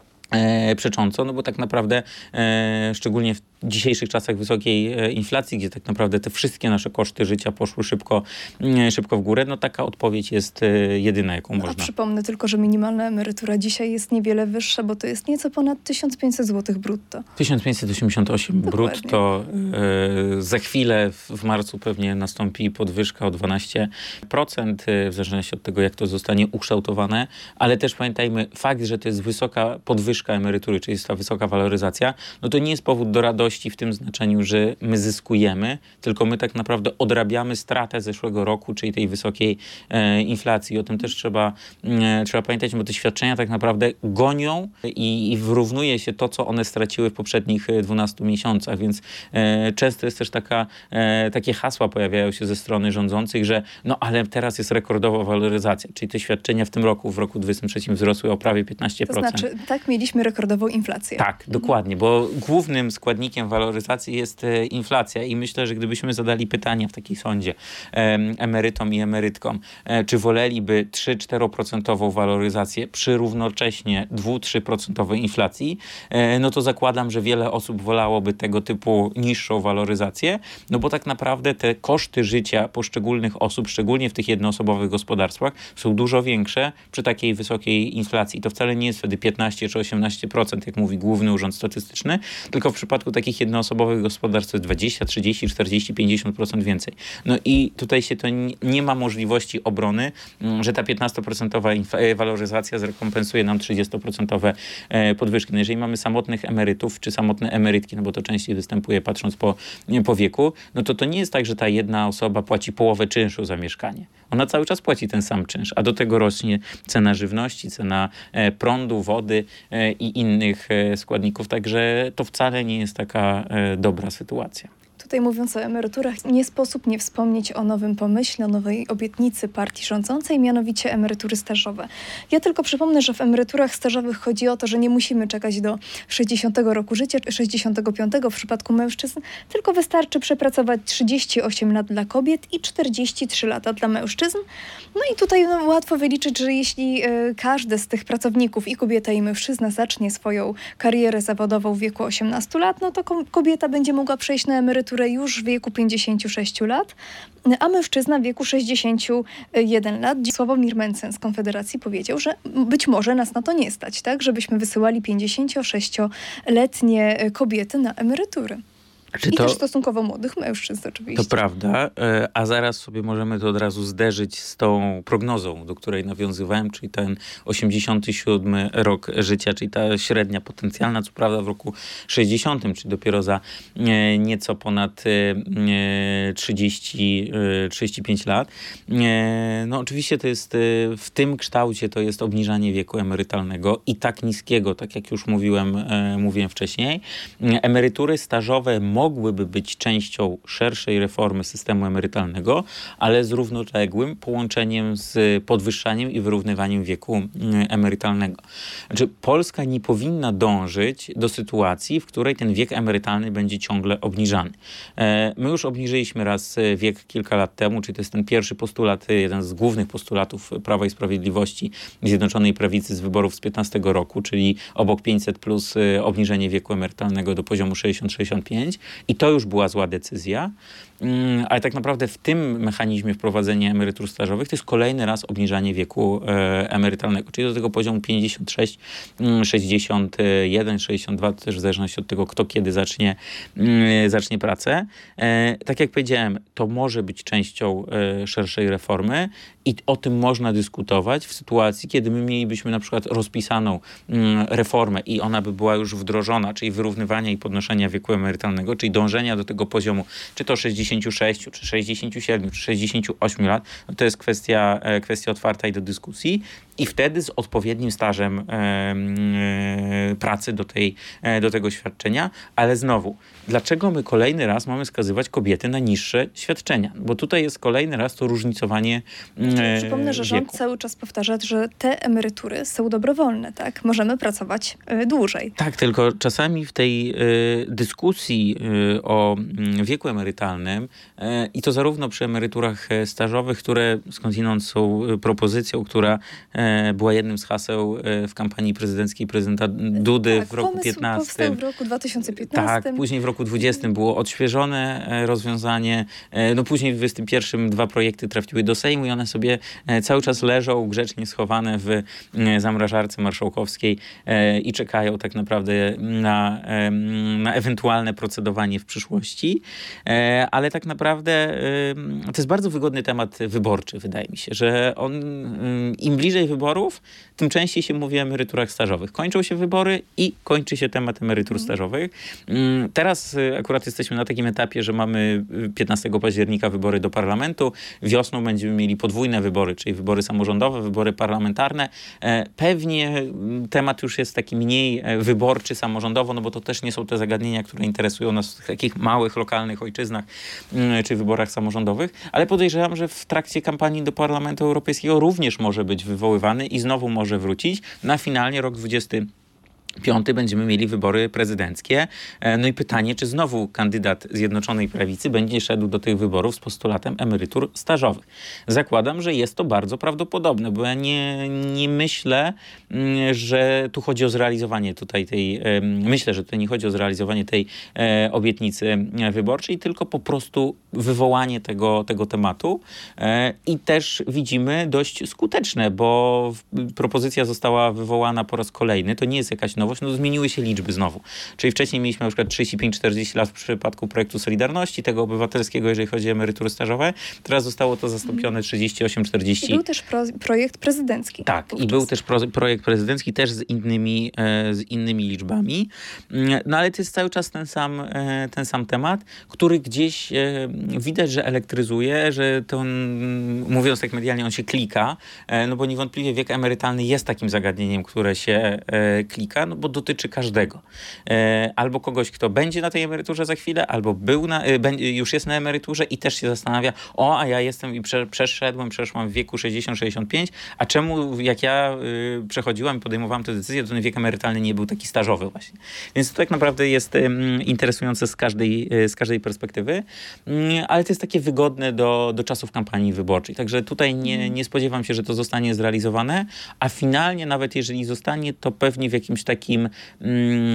E, przecząco, no bo tak naprawdę e, szczególnie w dzisiejszych czasach wysokiej e, inflacji, gdzie tak naprawdę te wszystkie nasze koszty życia poszły szybko, e, szybko w górę, no taka odpowiedź jest e, jedyna, jaką no, można. A przypomnę tylko, że minimalna emerytura dzisiaj jest niewiele wyższa, bo to jest nieco ponad tysiąc pięćset złotych brutto. tysiąc pięćset osiemdziesiąt osiem brutto. E, za chwilę w, w marcu pewnie nastąpi podwyżka o dwanaście procent, e, w zależności od tego, jak to zostanie ukształtowane, ale też pamiętajmy, fakt, że to jest wysoka podwyżka emerytury, czyli jest ta wysoka waloryzacja, no to nie jest powód do radości w tym znaczeniu, że my zyskujemy, tylko my tak naprawdę odrabiamy stratę zeszłego roku, czyli tej wysokiej e, inflacji. O tym też trzeba, e, trzeba pamiętać, bo te świadczenia tak naprawdę gonią i, i wyrównuje się to, co one straciły w poprzednich dwunastu miesiącach, więc e, często jest też taka, e, takie hasła pojawiają się ze strony rządzących, że no ale teraz jest rekordowa waloryzacja, czyli te świadczenia w tym roku, w roku dwudziestym trzecim wzrosły o prawie piętnaście procent. To znaczy, tak mieliśmy rekordową inflację. Tak, dokładnie, bo głównym składnikiem waloryzacji jest e, inflacja i myślę, że gdybyśmy zadali pytania w takiej sądzie e, emerytom i emerytkom, e, czy woleliby trzy do czterech procent waloryzację przy równocześnie dwa do trzech procent inflacji, e, no to zakładam, że wiele osób wolałoby tego typu niższą waloryzację, no bo tak naprawdę te koszty życia poszczególnych osób, szczególnie w tych jednoosobowych gospodarstwach, są dużo większe przy takiej wysokiej inflacji. To wcale nie jest wtedy piętnaście czy osiemnaście procent, jak mówi Główny Urząd Statystyczny, tylko w przypadku takich takich jednoosobowych gospodarstw to jest dwadzieścia, trzydzieści, czterdzieści, pięćdziesiąt procent więcej. No i tutaj się to nie, nie ma możliwości obrony, że ta piętnastoprocentowa waloryzacja zrekompensuje nam trzydziestoprocentowe podwyżki. No jeżeli mamy samotnych emerytów, czy samotne emerytki, no bo to częściej występuje patrząc po, po wieku, no to to nie jest tak, że ta jedna osoba płaci połowę czynszu za mieszkanie. Ona cały czas płaci ten sam czynsz, a do tego rośnie cena żywności, cena prądu, wody i innych składników, także to wcale nie jest taka dobra sytuacja. Tutaj mówiąc o emeryturach, nie sposób nie wspomnieć o nowym pomyśle, o nowej obietnicy partii rządzącej, mianowicie emerytury stażowe. Ja tylko przypomnę, że w emeryturach stażowych chodzi o to, że nie musimy czekać do sześćdziesiątego roku życia, sześćdziesiątego piątego w przypadku mężczyzn, tylko wystarczy przepracować trzydzieści osiem lat dla kobiet i czterdzieści trzy lata dla mężczyzn. No i tutaj no, łatwo wyliczyć, że jeśli y, każdy z tych pracowników, i kobieta, i mężczyzna, zacznie swoją karierę zawodową w wieku osiemnastu lat, no to kobieta będzie mogła przejść na emeryturę już w wieku pięćdziesięciu sześciu lat, a mężczyzna w wieku sześćdziesięciu jeden lat. Sławomir Mencen z Konfederacji powiedział, że być może nas na to nie stać, tak, żebyśmy wysyłali pięćdziesięciosześcioletnie kobiety na emerytury. Czy I to, też stosunkowo młodych mężczyzn oczywiście. To prawda, a zaraz sobie możemy to od razu zderzyć z tą prognozą, do której nawiązywałem, czyli ten osiemdziesiąty siódmy rok życia, czyli ta średnia potencjalna, co prawda w roku sześćdziesiątym, czyli dopiero za nieco ponad trzydzieści, trzydzieści pięć lat. No oczywiście to jest w tym kształcie to jest obniżanie wieku emerytalnego i tak niskiego, tak jak już mówiłem, mówiłem wcześniej. Emerytury stażowe mogłyby być częścią szerszej reformy systemu emerytalnego, ale z równoległym połączeniem z podwyższaniem i wyrównywaniem wieku emerytalnego. Znaczy, Polska nie powinna dążyć do sytuacji, w której ten wiek emerytalny będzie ciągle obniżany. My już obniżyliśmy raz wiek kilka lat temu, czyli to jest ten pierwszy postulat, jeden z głównych postulatów Prawa i Sprawiedliwości, Zjednoczonej Prawicy z wyborów z piętnastego roku, czyli obok pięćset plus obniżenie wieku emerytalnego do poziomu sześćdziesiąt sześćdziesiąt pięć. I to już była zła decyzja, ale tak naprawdę w tym mechanizmie wprowadzenia emerytur stażowych to jest kolejny raz obniżanie wieku emerytalnego, czyli do tego poziomu pięćdziesiąt sześć, sześćdziesiąt jeden, sześćdziesiąt dwa, to też w zależności od tego, kto kiedy zacznie, zacznie pracę. Tak jak powiedziałem, to może być częścią szerszej reformy i o tym można dyskutować w sytuacji, kiedy my mielibyśmy na przykład rozpisaną reformę i ona by była już wdrożona, czyli wyrównywania i podnoszenia wieku emerytalnego, czyli dążenia do tego poziomu, czy to sześćdziesięciu sześciu, czy sześćdziesięciu siedmiu, czy sześćdziesięciu ośmiu lat, no to jest kwestia, kwestia otwarta i do dyskusji i wtedy z odpowiednim stażem e, e, pracy do, tej, e, do tego świadczenia, ale znowu, dlaczego my kolejny raz mamy skazywać kobiety na niższe świadczenia? Bo tutaj jest kolejny raz to różnicowanie e, Przypomnę, że rząd wieku. cały czas powtarza, że te emerytury są dobrowolne, tak? Możemy pracować y, dłużej. Tak, tylko czasami w tej y, dyskusji y, o y, wieku emerytalnym y, i to zarówno przy emeryturach stażowych, które skądinąd są y, propozycją, która y, była jednym z haseł y, w kampanii prezydenckiej prezydenta Dudy tak, w roku piętnastym. Powstał w roku dwa tysiące piętnastym. Tak, później w roku dwudziestym było odświeżone y, rozwiązanie. Y, no później w dwudziestym pierwszym dwa projekty trafiły do Sejmu i one sobie y, cały czas leżą grzecznie schowane w y, zamrażarce marszałkowskiej y, i czekają tak naprawdę na, na ewentualne procedowanie w przyszłości, ale tak naprawdę to jest bardzo wygodny temat wyborczy, wydaje mi się, że on im bliżej wyborów, tym częściej się mówi o emeryturach stażowych. Kończą się wybory i kończy się temat emerytur mm. stażowych. Teraz akurat jesteśmy na takim etapie, że mamy piętnastego października wybory do parlamentu, wiosną będziemy mieli podwójne wybory, czyli wybory samorządowe, wybory parlamentarne. Pewnie temat już jest taki mniej wyborczy samorządowo, no bo to też nie są te zagadnienia, które interesują nas w takich małych, lokalnych ojczyznach czy wyborach samorządowych, ale podejrzewam, że w trakcie kampanii do Parlamentu Europejskiego również może być wywoływany i znowu może wrócić na finalnie rok dwudziesty piąty będziemy mieli wybory prezydenckie. No i pytanie, czy znowu kandydat Zjednoczonej Prawicy będzie szedł do tych wyborów z postulatem emerytur stażowych. Zakładam, że jest to bardzo prawdopodobne, bo ja nie, nie myślę, że tu chodzi o zrealizowanie tutaj tej, myślę, że tutaj nie chodzi o zrealizowanie tej obietnicy wyborczej, tylko po prostu wywołanie tego, tego tematu i też widzimy dość skuteczne, bo propozycja została wywołana po raz kolejny. To nie jest jakaś nowość, no zmieniły się liczby znowu. Czyli wcześniej mieliśmy na przykład trzydzieści pięć czterdzieści lat w przypadku projektu Solidarności, tego obywatelskiego, jeżeli chodzi o emerytury stażowe. Teraz zostało to zastąpione trzydzieści osiem czterdzieści. I był też pro, projekt prezydencki. Tak, wówczas. I był też pro, projekt prezydencki też z innymi, e, z innymi liczbami. No ale to jest cały czas ten sam, e, ten sam temat, który gdzieś e, widać, że elektryzuje, że to, mówiąc tak medialnie, on się klika, e, no bo niewątpliwie wiek emerytalny jest takim zagadnieniem, które się e, klika, no bo dotyczy każdego. E, albo kogoś, kto będzie na tej emeryturze za chwilę, albo był na, e, już jest na emeryturze i też się zastanawia, o, a ja jestem i prze, przeszedłem, przeszłam w wieku sześćdziesiąt sześćdziesiąt pięć, a czemu jak ja y, przechodziłam i podejmowałam tę decyzję, to ten wiek emerytalny nie był taki stażowy właśnie. Więc to tak naprawdę jest y, interesujące z każdej, y, z każdej perspektywy, y, ale to jest takie wygodne do, do czasów kampanii wyborczej. Także tutaj nie, nie spodziewam się, że to zostanie zrealizowane, a finalnie nawet jeżeli zostanie, to pewnie w jakimś takim y,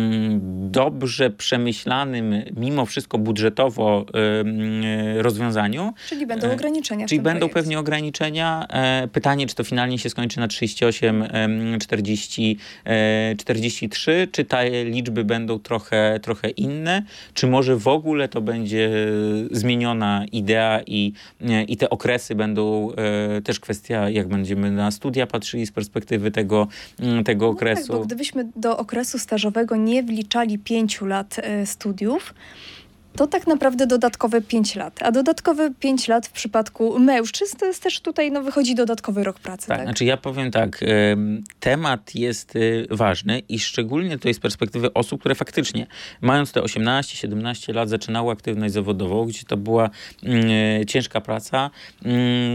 dobrze przemyślanym, mimo wszystko budżetowo y, y, rozwiązaniu. Czyli będą ograniczenia. Czyli będą projekcie. pewnie ograniczenia. E, pytanie, czy to finalnie się skończy na trzydzieści osiem czterdzieści czterdzieści trzy, czy te liczby będą trochę, trochę inne, czy może w ogóle to będzie zmieniona idea i, i te okresy będą e, też kwestia, jak będziemy na studia patrzyli z perspektywy tego, tego okresu. No tak, bo gdybyśmy do okresu stażowego nie wliczali pięciu lat e, studiów, to tak naprawdę dodatkowe pięć lat. A dodatkowe pięć lat w przypadku mężczyzn to jest też tutaj, no wychodzi dodatkowy rok pracy. Tak, tak? znaczy ja powiem tak, y, temat jest y, ważny i szczególnie tutaj z perspektywy osób, które faktycznie mając te osiemnaście siedemnaście lat zaczynały aktywność zawodową, gdzie to była y, ciężka praca. Y,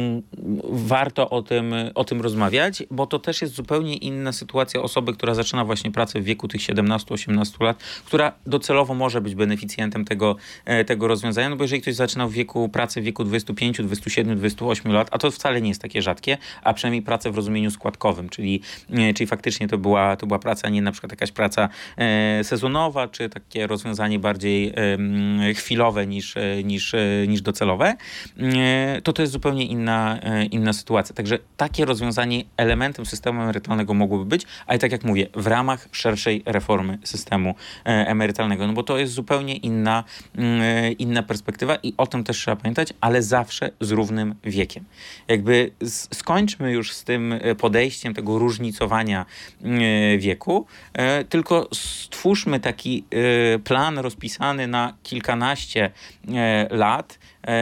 warto o tym, o tym rozmawiać, bo to też jest zupełnie inna sytuacja osoby, która zaczyna właśnie pracę w wieku tych siedemnaście osiemnaście lat, która docelowo może być beneficjentem tego tego rozwiązania, no bo jeżeli ktoś zaczynał w wieku pracy w wieku dwudziestu pięciu, dwudziestu siedmiu, dwudziestu ośmiu lat, a to wcale nie jest takie rzadkie, a przynajmniej pracę w rozumieniu składkowym, czyli, czyli faktycznie to była, to była praca, nie na przykład jakaś praca e, sezonowa, czy takie rozwiązanie bardziej e, chwilowe niż, niż, niż docelowe, e, to to jest zupełnie inna, e, inna sytuacja. Także takie rozwiązanie elementem systemu emerytalnego mogłoby być, ale tak jak mówię, w ramach szerszej reformy systemu e, emerytalnego, no bo to jest zupełnie inna inna perspektywa i o tym też trzeba pamiętać, ale zawsze z równym wiekiem. Jakby skończmy już z tym podejściem tego różnicowania wieku, tylko stwórzmy taki plan rozpisany na kilkanaście lat,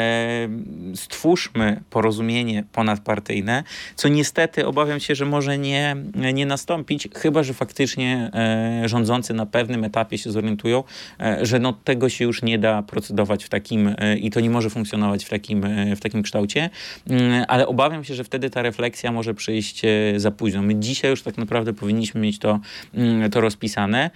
stwórzmy porozumienie ponadpartyjne, co niestety obawiam się, że może nie, nie nastąpić, chyba że faktycznie rządzący na pewnym etapie się zorientują, że no tego się już nie da procedować w takim i to nie może funkcjonować w takim, w takim kształcie, ale obawiam się, że wtedy ta refleksja może przyjść za późno. My dzisiaj już tak naprawdę powinniśmy mieć to, to rozpisane,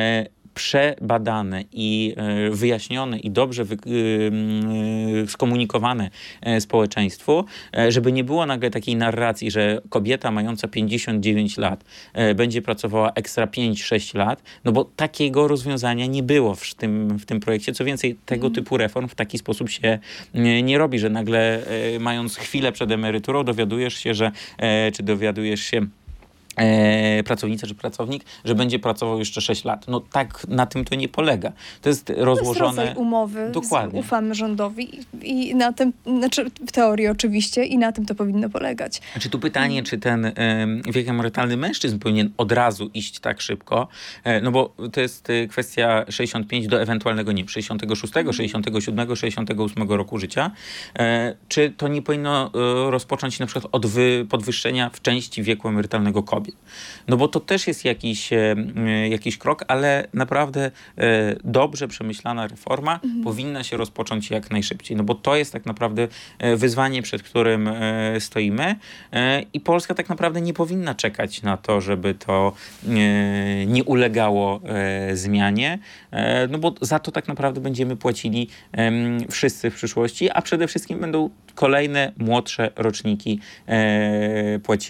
przebadane i wyjaśnione i dobrze wy, yy, skomunikowane społeczeństwu, żeby nie było nagle takiej narracji, że kobieta mająca pięćdziesiąt dziewięć lat będzie pracowała ekstra pięć sześć lat, no bo takiego rozwiązania nie było w tym, w tym projekcie. Co więcej, tego mm. typu reform w taki sposób się nie, nie robi, że nagle mając chwilę przed emeryturą dowiadujesz się, że czy dowiadujesz się E, pracownica czy pracownik, że będzie pracował jeszcze sześć lat. No tak na tym to nie polega. To jest rozłożone... To jest rodzaj umowy. Dokładnie. Ufamy rządowi i, i na tym, znaczy w teorii oczywiście, i na tym to powinno polegać. Znaczy tu pytanie, czy ten e, wiek emerytalny mężczyzn powinien od razu iść tak szybko, e, no bo to jest e, kwestia sześćdziesiąt pięć do ewentualnego, nie sześćdziesiątego szóstego, sześćdziesiątego siódmego, sześćdziesiątego ósmego roku życia. E, czy to nie powinno e, rozpocząć na przykład od wy, podwyższenia w części wieku emerytalnego kobiet? No bo to też jest jakiś, e, jakiś krok, ale naprawdę e, dobrze przemyślana reforma mhm. powinna się rozpocząć jak najszybciej. No bo to jest tak naprawdę e, wyzwanie, przed którym e, stoimy e, i Polska tak naprawdę nie powinna czekać na to, żeby to e, nie ulegało e, zmianie, e, no bo za to tak naprawdę będziemy płacili e, wszyscy w przyszłości, a przede wszystkim będą kolejne młodsze roczniki e, płaciły.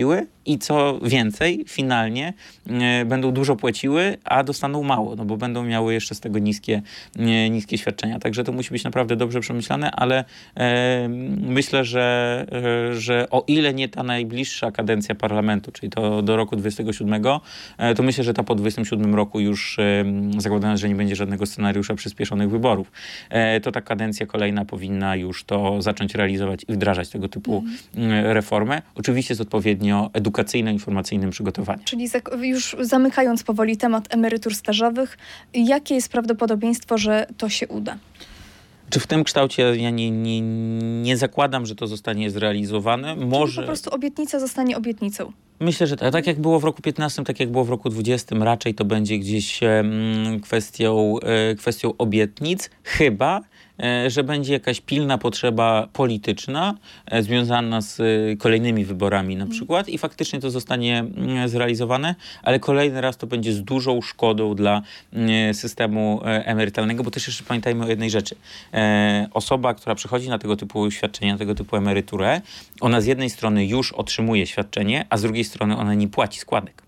i co więcej, finalnie e, będą dużo płaciły, a dostaną mało, no bo będą miały jeszcze z tego niskie, e, niskie świadczenia. Także to musi być naprawdę dobrze przemyślane, ale e, myślę, że, e, że o ile nie ta najbliższa kadencja parlamentu, czyli to do roku dwudziestego siódmego, e, to myślę, że ta po dwudziestym siódmym roku już e, zakładając, że nie będzie żadnego scenariusza przyspieszonych wyborów, e, to ta kadencja kolejna powinna już to zacząć realizować i wdrażać tego typu mm. reformę. Oczywiście z odpowiednio edukacyjno-informacyjnym przygotowaniem. Czyli już zamykając powoli temat emerytur stażowych, jakie jest prawdopodobieństwo, że to się uda? Czy w tym kształcie ja nie, nie, nie zakładam, że to zostanie zrealizowane? Może... Czyli po prostu obietnica zostanie obietnicą. Myślę, że tak, tak jak było w roku piętnastym, tak jak było w roku dwudziestym, raczej to będzie gdzieś um, kwestią, e, kwestią obietnic, chyba że będzie jakaś pilna potrzeba polityczna e, związana z e, kolejnymi wyborami na przykład i faktycznie to zostanie e, zrealizowane, ale kolejny raz to będzie z dużą szkodą dla e, systemu e, emerytalnego, bo też jeszcze pamiętajmy o jednej rzeczy. E, osoba, która przychodzi na tego typu świadczenie, na tego typu emeryturę, ona z jednej strony już otrzymuje świadczenie, a z drugiej strony ona nie płaci składek.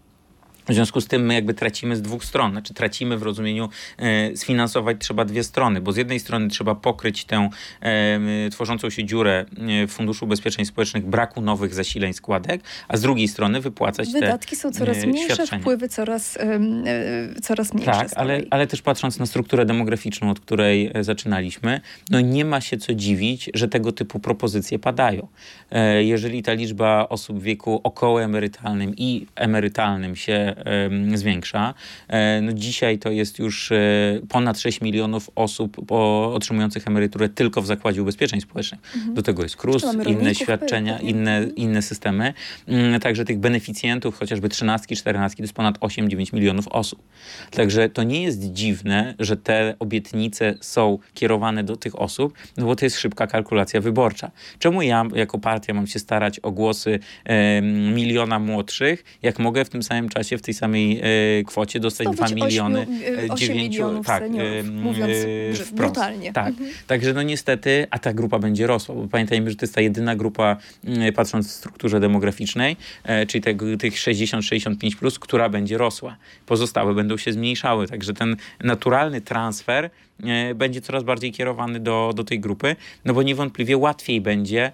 W związku z tym my jakby tracimy z dwóch stron, znaczy tracimy w rozumieniu e, sfinansować trzeba dwie strony, bo z jednej strony trzeba pokryć tę e, tworzącą się dziurę w Funduszu Ubezpieczeń Społecznych braku nowych zasileń składek, a z drugiej strony wypłacać Wydatki te Wydatki są coraz e, mniejsze, świadczenia. Wpływy coraz, e, e, coraz mniejsze. Tak, ale, ale też patrząc na strukturę demograficzną, od której e, zaczynaliśmy, no nie ma się co dziwić, że tego typu propozycje padają. E, jeżeli ta liczba osób w wieku okołoemerytalnym i emerytalnym się zwiększa. No dzisiaj to jest już ponad sześć milionów osób otrzymujących emeryturę tylko w Zakładzie Ubezpieczeń Społecznych. Mhm. Do tego jest KRUS, inne świadczenia, inne, inne systemy. Także tych beneficjentów, chociażby trzynastki, czternastki, to jest ponad osiem dziewięć milionów osób. Także to nie jest dziwne, że te obietnice są kierowane do tych osób, no bo to jest szybka kalkulacja wyborcza. Czemu ja jako partia mam się starać o głosy e, miliona młodszych, jak mogę w tym samym czasie, w tej samej e, kwocie dostać dwa miliony dziewięciu, tak, seniorów, mówiąc wprost. brutalnie. Tak. Mhm. Także no niestety, a ta grupa będzie rosła, bo pamiętajmy, że to jest ta jedyna grupa, m, patrząc w strukturze demograficznej, e, czyli tego, tych sześćdziesiąt sześćdziesiąt pięć plus, która będzie rosła. Pozostałe będą się zmniejszały, także ten naturalny transfer e, będzie coraz bardziej kierowany do, do tej grupy, no bo niewątpliwie łatwiej będzie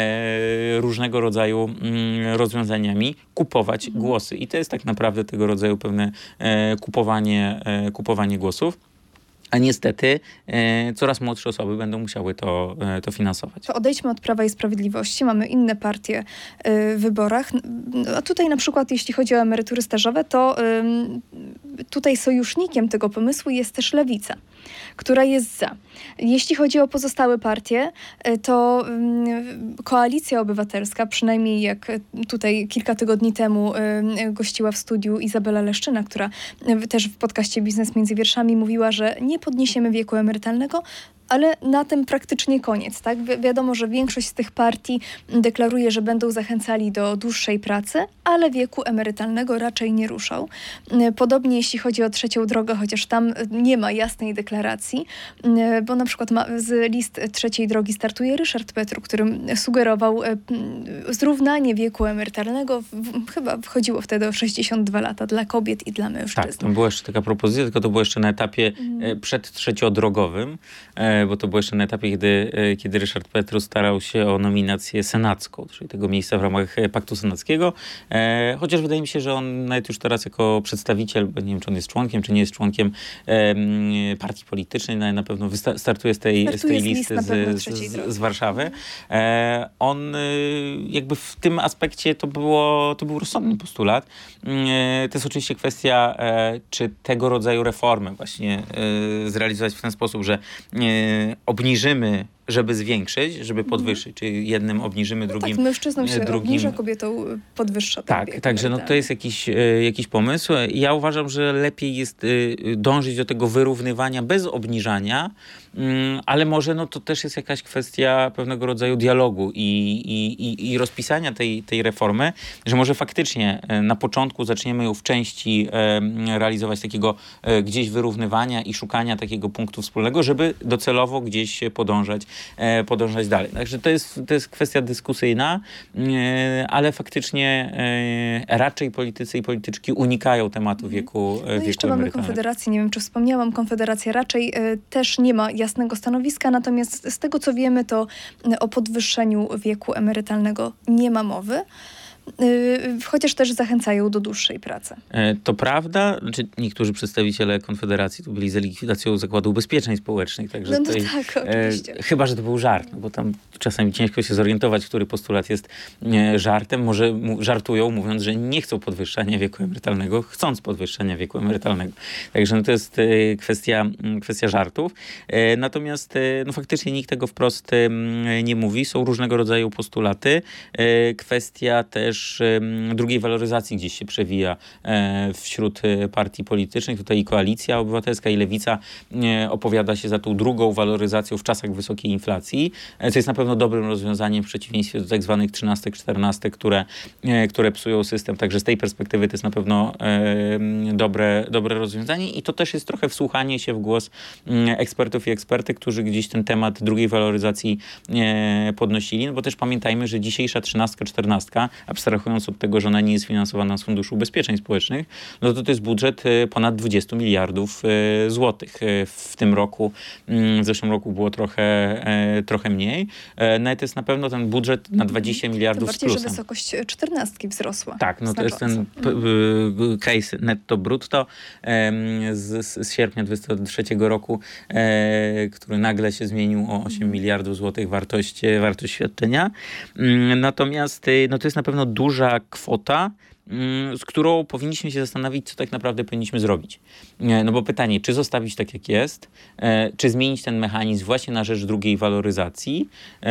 e, różnego rodzaju mm, rozwiązaniami kupować mhm. głosy. I to jest tak naprawdę tego rodzaju pewne e, kupowanie, e, kupowanie głosów. A niestety e, coraz młodsze osoby będą musiały to, e, to finansować. To odejdźmy od Prawa i Sprawiedliwości. Mamy inne partie y, w wyborach. A tutaj na przykład jeśli chodzi o emerytury stażowe, to y, tutaj sojusznikiem tego pomysłu jest też Lewica, która jest za. Jeśli chodzi o pozostałe partie, y, to y, Koalicja Obywatelska, przynajmniej jak tutaj kilka tygodni temu y, gościła w studiu Izabela Leszczyna, która y, też w podcaście Biznes między wierszami mówiła, że nie podniesiemy wieku emerytalnego, ale na tym praktycznie koniec. Tak? Wi- wiadomo, że większość z tych partii deklaruje, że będą zachęcali do dłuższej pracy, ale wieku emerytalnego raczej nie ruszą. Podobnie jeśli chodzi o trzecią drogę, chociaż tam nie ma jasnej deklaracji, bo na przykład ma, z list trzeciej drogi startuje Ryszard Petru, którym sugerował zrównanie wieku emerytalnego, w, chyba wchodziło wtedy o sześćdziesiąt dwa lata dla kobiet i dla mężczyzn. Tak, to była jeszcze taka propozycja, tylko to było jeszcze na etapie mm. przed trzeciodrogowym, bo to było jeszcze na etapie, kiedy, kiedy Ryszard Petru starał się o nominację senacką, czyli tego miejsca w ramach Paktu Senackiego. E, chociaż wydaje mi się, że on nawet już teraz jako przedstawiciel, nie wiem, czy on jest członkiem, czy nie jest członkiem e, partii politycznej, no, na pewno wysta- startuje z tej, z tej listy z, z, z, z Warszawy. E, on e, jakby w tym aspekcie to, było, to był rozsądny postulat. E, to jest oczywiście kwestia, e, czy tego rodzaju reformy właśnie e, zrealizować w ten sposób, że e, obniżymy, żeby zwiększyć, żeby podwyższyć. Czyli jednym obniżymy, drugim... No tak, mężczyznom się drugim... obniża, kobietą podwyższa. Tak, także no to jest jakiś, jakiś pomysł. Ja uważam, że lepiej jest dążyć do tego wyrównywania bez obniżania, ale może no to też jest jakaś kwestia pewnego rodzaju dialogu i, i, i rozpisania tej, tej reformy, że może faktycznie na początku zaczniemy ją w części realizować takiego gdzieś wyrównywania i szukania takiego punktu wspólnego, żeby docelowo gdzieś podążać e, podążać dalej. Także to jest, to jest kwestia dyskusyjna, e, ale faktycznie e, raczej politycy i polityczki unikają tematu wieku, e, No wieku jeszcze mamy emerytalnego. Konfederację, nie wiem czy wspomniałam, Konfederacja raczej e, też nie ma jasnego stanowiska, natomiast z tego co wiemy, to e, o podwyższeniu wieku emerytalnego nie ma mowy. Yy, chociaż też zachęcają do dłuższej pracy. E, To prawda, znaczy niektórzy przedstawiciele Konfederacji tu byli za likwidacją Zakładu Ubezpieczeń Społecznych, także No, no tutaj, tak, oczywiście. E, chyba, że to był żart, no bo tam czasami ciężko się zorientować, który postulat jest e, żartem. Może mu, żartują, mówiąc, że nie chcą podwyższania wieku emerytalnego, chcąc podwyższania wieku emerytalnego. Także no, to jest e, kwestia, m, kwestia żartów. E, natomiast e, no, faktycznie nikt tego wprost e, nie mówi. Są różnego rodzaju postulaty. E, kwestia też drugiej waloryzacji gdzieś się przewija wśród partii politycznych. Tutaj i Koalicja Obywatelska, i Lewica opowiada się za tą drugą waloryzacją w czasach wysokiej inflacji, co jest na pewno dobrym rozwiązaniem w przeciwieństwie do tak zwanych trzynastek, czternastek, które, które psują system. Także z tej perspektywy to jest na pewno dobre, dobre rozwiązanie i to też jest trochę wsłuchanie się w głos ekspertów i ekspertek, którzy gdzieś ten temat drugiej waloryzacji podnosili, no bo też pamiętajmy, że dzisiejsza trzynastka, czternastka, abstrahując od tego, że ona nie jest finansowana z Funduszu Ubezpieczeń Społecznych, no to to jest budżet ponad dwadzieścia miliardów złotych. W tym roku, w zeszłym roku było trochę, trochę mniej. No i to jest na pewno ten budżet na dwadzieścia miliardów Tym bardziej, z plusem. że wysokość czternastki wzrosła. Tak, no to jest ten p- case netto brutto z, z sierpnia dwa tysiące dwudziestego trzeciego roku, e, który nagle się zmienił o osiem miliardów złotych wartość, wartość świadczenia. Natomiast no to jest na pewno duża kwota, z którą powinniśmy się zastanowić, co tak naprawdę powinniśmy zrobić. No bo pytanie, czy zostawić tak jak jest, czy zmienić ten mechanizm właśnie na rzecz drugiej waloryzacji,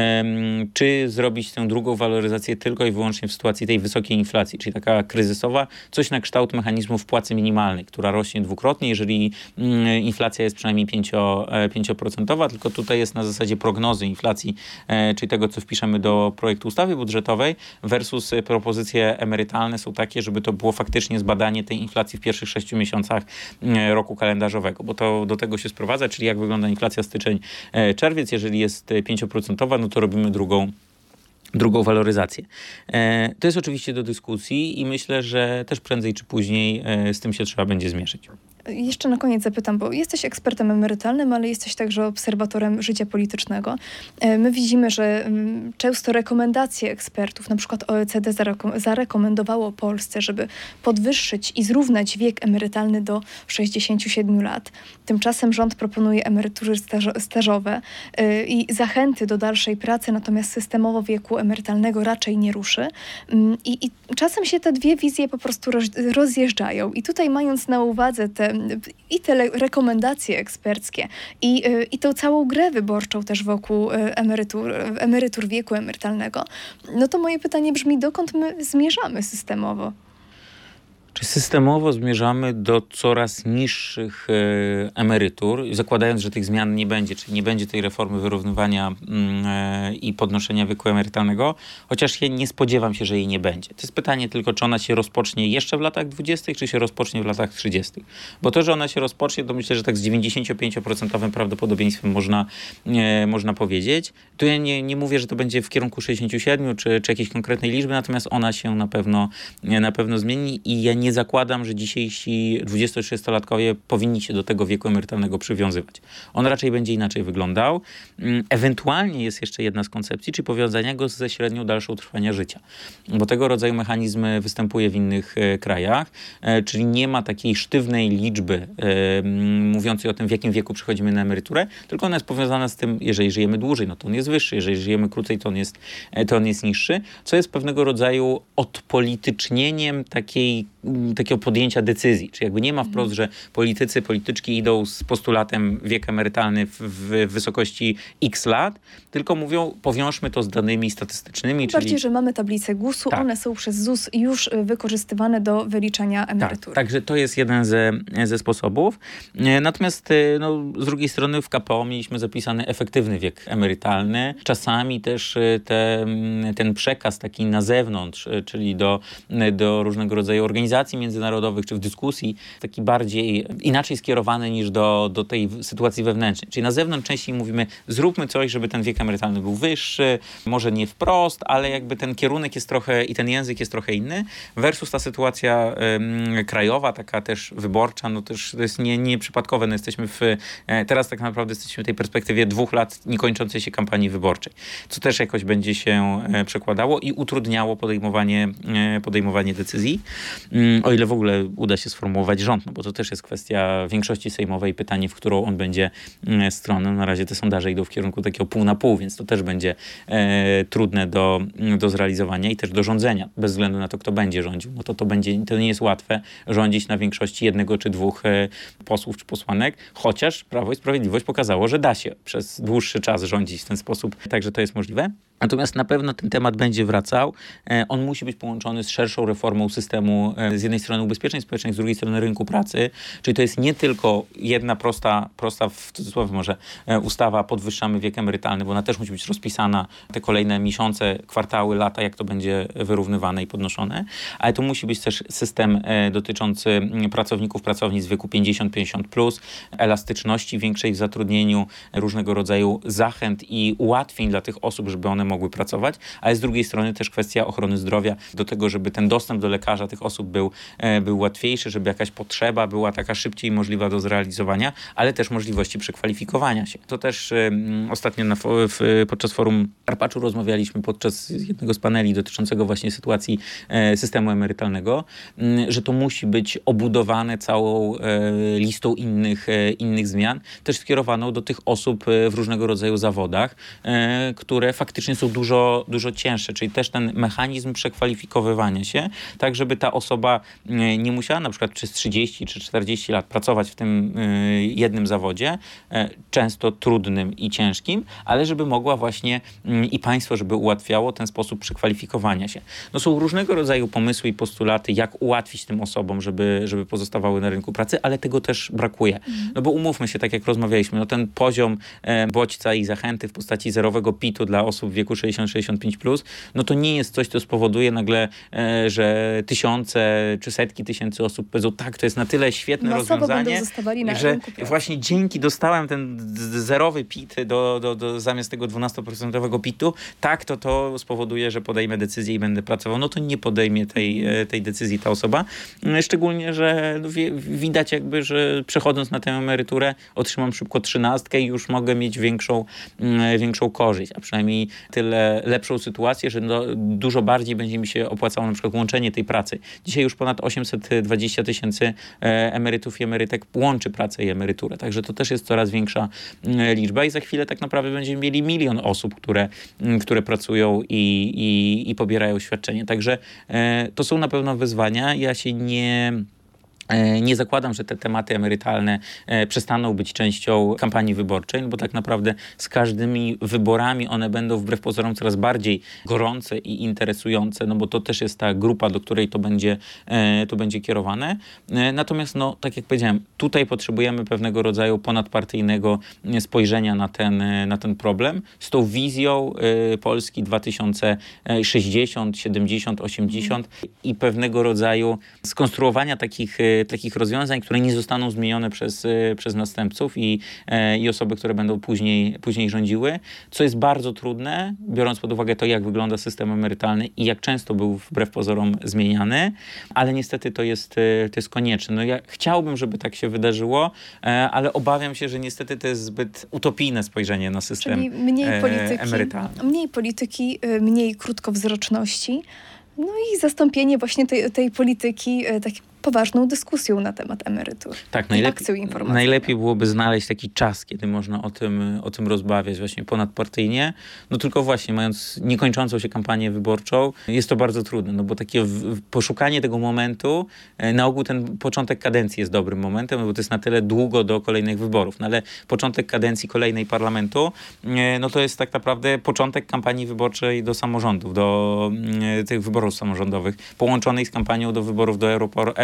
czy zrobić tę drugą waloryzację tylko i wyłącznie w sytuacji tej wysokiej inflacji, czyli taka kryzysowa, coś na kształt mechanizmu wpłaty minimalnej, która rośnie dwukrotnie, jeżeli inflacja jest przynajmniej pięć procent, tylko tutaj jest na zasadzie prognozy inflacji, czyli tego, co wpiszemy do projektu ustawy budżetowej versus propozycje emerytalne są takie, żeby to było faktycznie zbadanie tej inflacji w pierwszych sześciu miesiącach roku kalendarzowego, bo to do tego się sprowadza, czyli jak wygląda inflacja styczeń-czerwiec. Jeżeli jest pięć procent, no to robimy drugą drugą waloryzację. To jest oczywiście do dyskusji i myślę, że też prędzej czy później z tym się trzeba będzie zmierzyć. Jeszcze na koniec zapytam, bo jesteś ekspertem emerytalnym, ale jesteś także obserwatorem życia politycznego. My widzimy, że często rekomendacje ekspertów, na przykład O E C D zareko- zarekomendowało Polsce, żeby podwyższyć i zrównać wiek emerytalny do sześćdziesięciu siedmiu lat. Tymczasem rząd proponuje emerytury staż- stażowe yy, i zachęty do dalszej pracy, natomiast systemowo wieku emerytalnego raczej nie ruszy. Yy, I czasem się te dwie wizje po prostu roz- rozjeżdżają. I tutaj mając na uwadze te i te le- rekomendacje eksperckie i, y, i tą całą grę wyborczą też wokół y, emerytur, emerytur wieku emerytalnego, no to moje pytanie brzmi, dokąd my zmierzamy systemowo? Czy systemowo zmierzamy do coraz niższych e, emerytur, zakładając, że tych zmian nie będzie, czyli nie będzie tej reformy wyrównywania mm, e, i podnoszenia wieku emerytalnego, chociaż ja nie spodziewam się, że jej nie będzie. To jest pytanie tylko, czy ona się rozpocznie jeszcze w latach dwudziestych, czy się rozpocznie w latach trzydziestych. Bo to, że ona się rozpocznie, to myślę, że tak z dziewięćdziesiąt pięć procent prawdopodobieństwem można, e, można powiedzieć. Tu ja nie, nie mówię, że to będzie w kierunku sześćdziesięciu siedmiu, czy, czy jakiejś konkretnej liczby, natomiast ona się na pewno, na pewno zmieni i ja nie zakładam, że dzisiejsi dwudziesto-trzydziestolatkowie powinni się do tego wieku emerytalnego przywiązywać. On raczej będzie inaczej wyglądał. Ewentualnie jest jeszcze jedna z koncepcji, czyli powiązania go ze średnią dalszą trwania życia. Bo tego rodzaju mechanizm występuje w innych e, krajach, e, czyli nie ma takiej sztywnej liczby e, mówiącej o tym, w jakim wieku przychodzimy na emeryturę, tylko ona jest powiązana z tym, jeżeli żyjemy dłużej, no to on jest wyższy, jeżeli żyjemy krócej, to on jest, to on jest niższy, co jest pewnego rodzaju odpolitycznieniem takiej takiego podjęcia decyzji. Czyli jakby nie ma wprost, że politycy, polityczki idą z postulatem wiek emerytalny w, w wysokości X lat, tylko mówią, powiążmy to z danymi statystycznymi. Bardziej, czyli... że mamy tablice gusu, tak. One są przez Z U S już wykorzystywane do wyliczania emerytury. Tak, także to jest jeden ze, ze sposobów. Natomiast no, z drugiej strony w K P O mieliśmy zapisany efektywny wiek emerytalny. Czasami też te, ten przekaz taki na zewnątrz, czyli do, do różnego rodzaju organizacji organizacji międzynarodowych czy w dyskusji taki bardziej inaczej skierowany niż do, do tej sytuacji wewnętrznej. Czyli na zewnątrz częściej mówimy, zróbmy coś, żeby ten wiek emerytalny był wyższy, może nie wprost, ale jakby ten kierunek jest trochę i ten język jest trochę inny, versus ta sytuacja um, krajowa, taka też wyborcza, no też to jest nie, nieprzypadkowe. No jesteśmy w, e, teraz tak naprawdę jesteśmy w tej perspektywie dwóch lat niekończącej się kampanii wyborczej, co też jakoś będzie się e, przekładało i utrudniało podejmowanie, e, podejmowanie decyzji, um, o ile w ogóle uda się sformułować rząd, no bo to też jest kwestia większości sejmowej, pytanie, w którą on będzie e, stroną. Na razie te sondaże idą w kierunku takiego pół na pół, więc to też będzie e, trudne do, do zrealizowania i też do rządzenia, bez względu na to, kto będzie rządził. No to to będzie, to nie jest łatwe rządzić na większości jednego czy dwóch e, posłów czy posłanek, chociaż Prawo i Sprawiedliwość pokazało, że da się przez dłuższy czas rządzić w ten sposób, także to jest możliwe. Natomiast na pewno ten temat będzie wracał. E, on musi być połączony z szerszą reformą systemu e, z jednej strony ubezpieczeń społecznych, z drugiej strony rynku pracy, czyli to jest nie tylko jedna prosta, prosta w cudzysłowie może e, ustawa, podwyższamy wiek emerytalny, bo ona też musi być rozpisana te kolejne miesiące, kwartały, lata, jak to będzie wyrównywane i podnoszone, ale to musi być też system e, dotyczący pracowników, pracownic z wieku pięćdziesiąt pięćdziesiąt plus, elastyczności większej w zatrudnieniu, różnego rodzaju zachęt i ułatwień dla tych osób, żeby one mogły pracować, ale z drugiej strony też kwestia ochrony zdrowia, do tego, żeby ten dostęp do lekarza tych osób był, e, był łatwiejszy, żeby jakaś potrzeba była taka szybciej możliwa do zrealizowania, ale też możliwości przekwalifikowania się. To też e, ostatnio na, w, podczas forum Karpaczu rozmawialiśmy podczas jednego z paneli dotyczącego właśnie sytuacji e, systemu emerytalnego, m, że to musi być obudowane całą e, listą innych, e, innych zmian, też skierowaną do tych osób e, w różnego rodzaju zawodach, e, które faktycznie są dużo, dużo cięższe, czyli też ten mechanizm przekwalifikowywania się, tak żeby ta osoba e, nie musiała na przykład przez trzydzieści czy czterdzieści lat pracować w tym e, jednym zawodzie, e, często trudnym i ciężkim, ale żeby mogła właśnie m, i państwo, żeby ułatwiało ten sposób przekwalifikowania się. No są różnego rodzaju pomysły i postulaty, jak ułatwić tym osobom, żeby, żeby pozostawały na rynku pracy, ale tego też brakuje. No bo umówmy się, tak jak rozmawialiśmy, no ten poziom e, bodźca i zachęty w postaci zerowego pitu dla osób w wieku sześćdziesiąt sześćdziesiąt pięć plus, no to nie jest coś, co spowoduje nagle, e, że tysiące czy setki tysięcy osób powiedzą, tak, to jest na tyle świetne Masowo rozwiązanie, będą zostawali na że rynku pracy. właśnie dzięki dostałem ten z- zerowy pit do, do, do, zamiast tego dwunastoprocentowego pitu, tak, to to spowoduje, że podejmę decyzję i będę pracował. No to nie podejmie tej, e, tej decyzji ta osoba. E, Szczególnie, że no, wie, widać jakby, że przechodząc na tę emeryturę otrzymam szybko trzynastkę i już mogę mieć większą, mm, większą korzyść, a przynajmniej tyle lepszą sytuację, że no, dużo bardziej będzie mi się opłacało na przykład łączenie tej pracy. Dzisiaj już ponad osiemset dwadzieścia tysięcy e, emerytów i emerytek łączy pracę i emeryturę, także to też jest coraz większa mm, liczba i za chwilę tak naprawdę będziemy mieli milion osób, które, mm, które pracują i, i, i pobierają świadczenie. Także e, to są na pewno wyzwania. Ja się nie... Nie zakładam, że te tematy emerytalne e, przestaną być częścią kampanii wyborczej, no bo tak naprawdę z każdymi wyborami one będą wbrew pozorom coraz bardziej gorące i interesujące, no bo to też jest ta grupa, do której to będzie, e, to będzie kierowane. E, natomiast, no, tak jak powiedziałem, tutaj potrzebujemy pewnego rodzaju ponadpartyjnego spojrzenia na ten, na ten problem z tą wizją e, Polski dwa tysiące sześćdziesiąt, siedemdziesiąt, osiemdziesiąt i pewnego rodzaju skonstruowania takich takich rozwiązań, które nie zostaną zmienione przez, przez następców i, i osoby, które będą później, później rządziły, co jest bardzo trudne, biorąc pod uwagę to, jak wygląda system emerytalny i jak często był wbrew pozorom zmieniany, ale niestety to jest, to jest konieczne. No ja chciałbym, żeby tak się wydarzyło, ale obawiam się, że niestety to jest zbyt utopijne spojrzenie na system Czyli mniej polityki, emerytalny. mniej polityki, mniej krótkowzroczności, no i zastąpienie właśnie tej, tej polityki takim poważną dyskusją na temat emerytur. Tak, I najlepiej, akcją informacyjną. najlepiej byłoby znaleźć taki czas, kiedy można o tym, o tym rozmawiać właśnie ponadpartyjnie. No tylko właśnie, mając niekończącą się kampanię wyborczą, jest to bardzo trudne, no bo takie w, w poszukanie tego momentu, e, na ogół ten początek kadencji jest dobrym momentem, no bo to jest na tyle długo do kolejnych wyborów, no ale początek kadencji kolejnej parlamentu, e, no to jest tak naprawdę początek kampanii wyborczej do samorządów, do e, tych wyborów samorządowych, połączonej z kampanią do wyborów do Europor-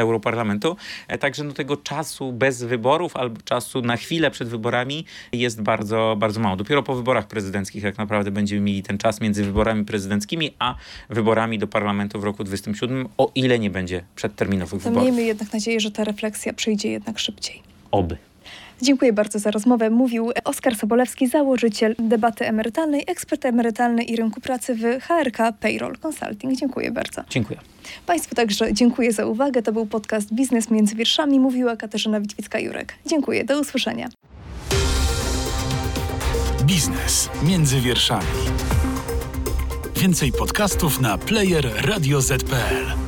Europarlamentu. Także no, tego czasu bez wyborów albo czasu na chwilę przed wyborami jest bardzo, bardzo mało. Dopiero po wyborach prezydenckich tak naprawdę będziemy mieli ten czas między wyborami prezydenckimi a wyborami do parlamentu w roku dwudziestym siódmym, o ile nie będzie przedterminowych To wyborów. miejmy jednak nadzieję, że ta refleksja przyjdzie jednak szybciej. Oby. Dziękuję bardzo za rozmowę. Mówił Oskar Sobolewski, założyciel Debaty Emerytalnej, ekspert emerytalny i rynku pracy w H R K Payroll Consulting. Dziękuję bardzo. Dziękuję. Państwu także dziękuję za uwagę. To był podcast Biznes między wierszami. Mówiła Katarzyna Witwicka-Jurek. Dziękuję. Do usłyszenia. Biznes między wierszami. Więcej podcastów na player radio zet kropka pe el.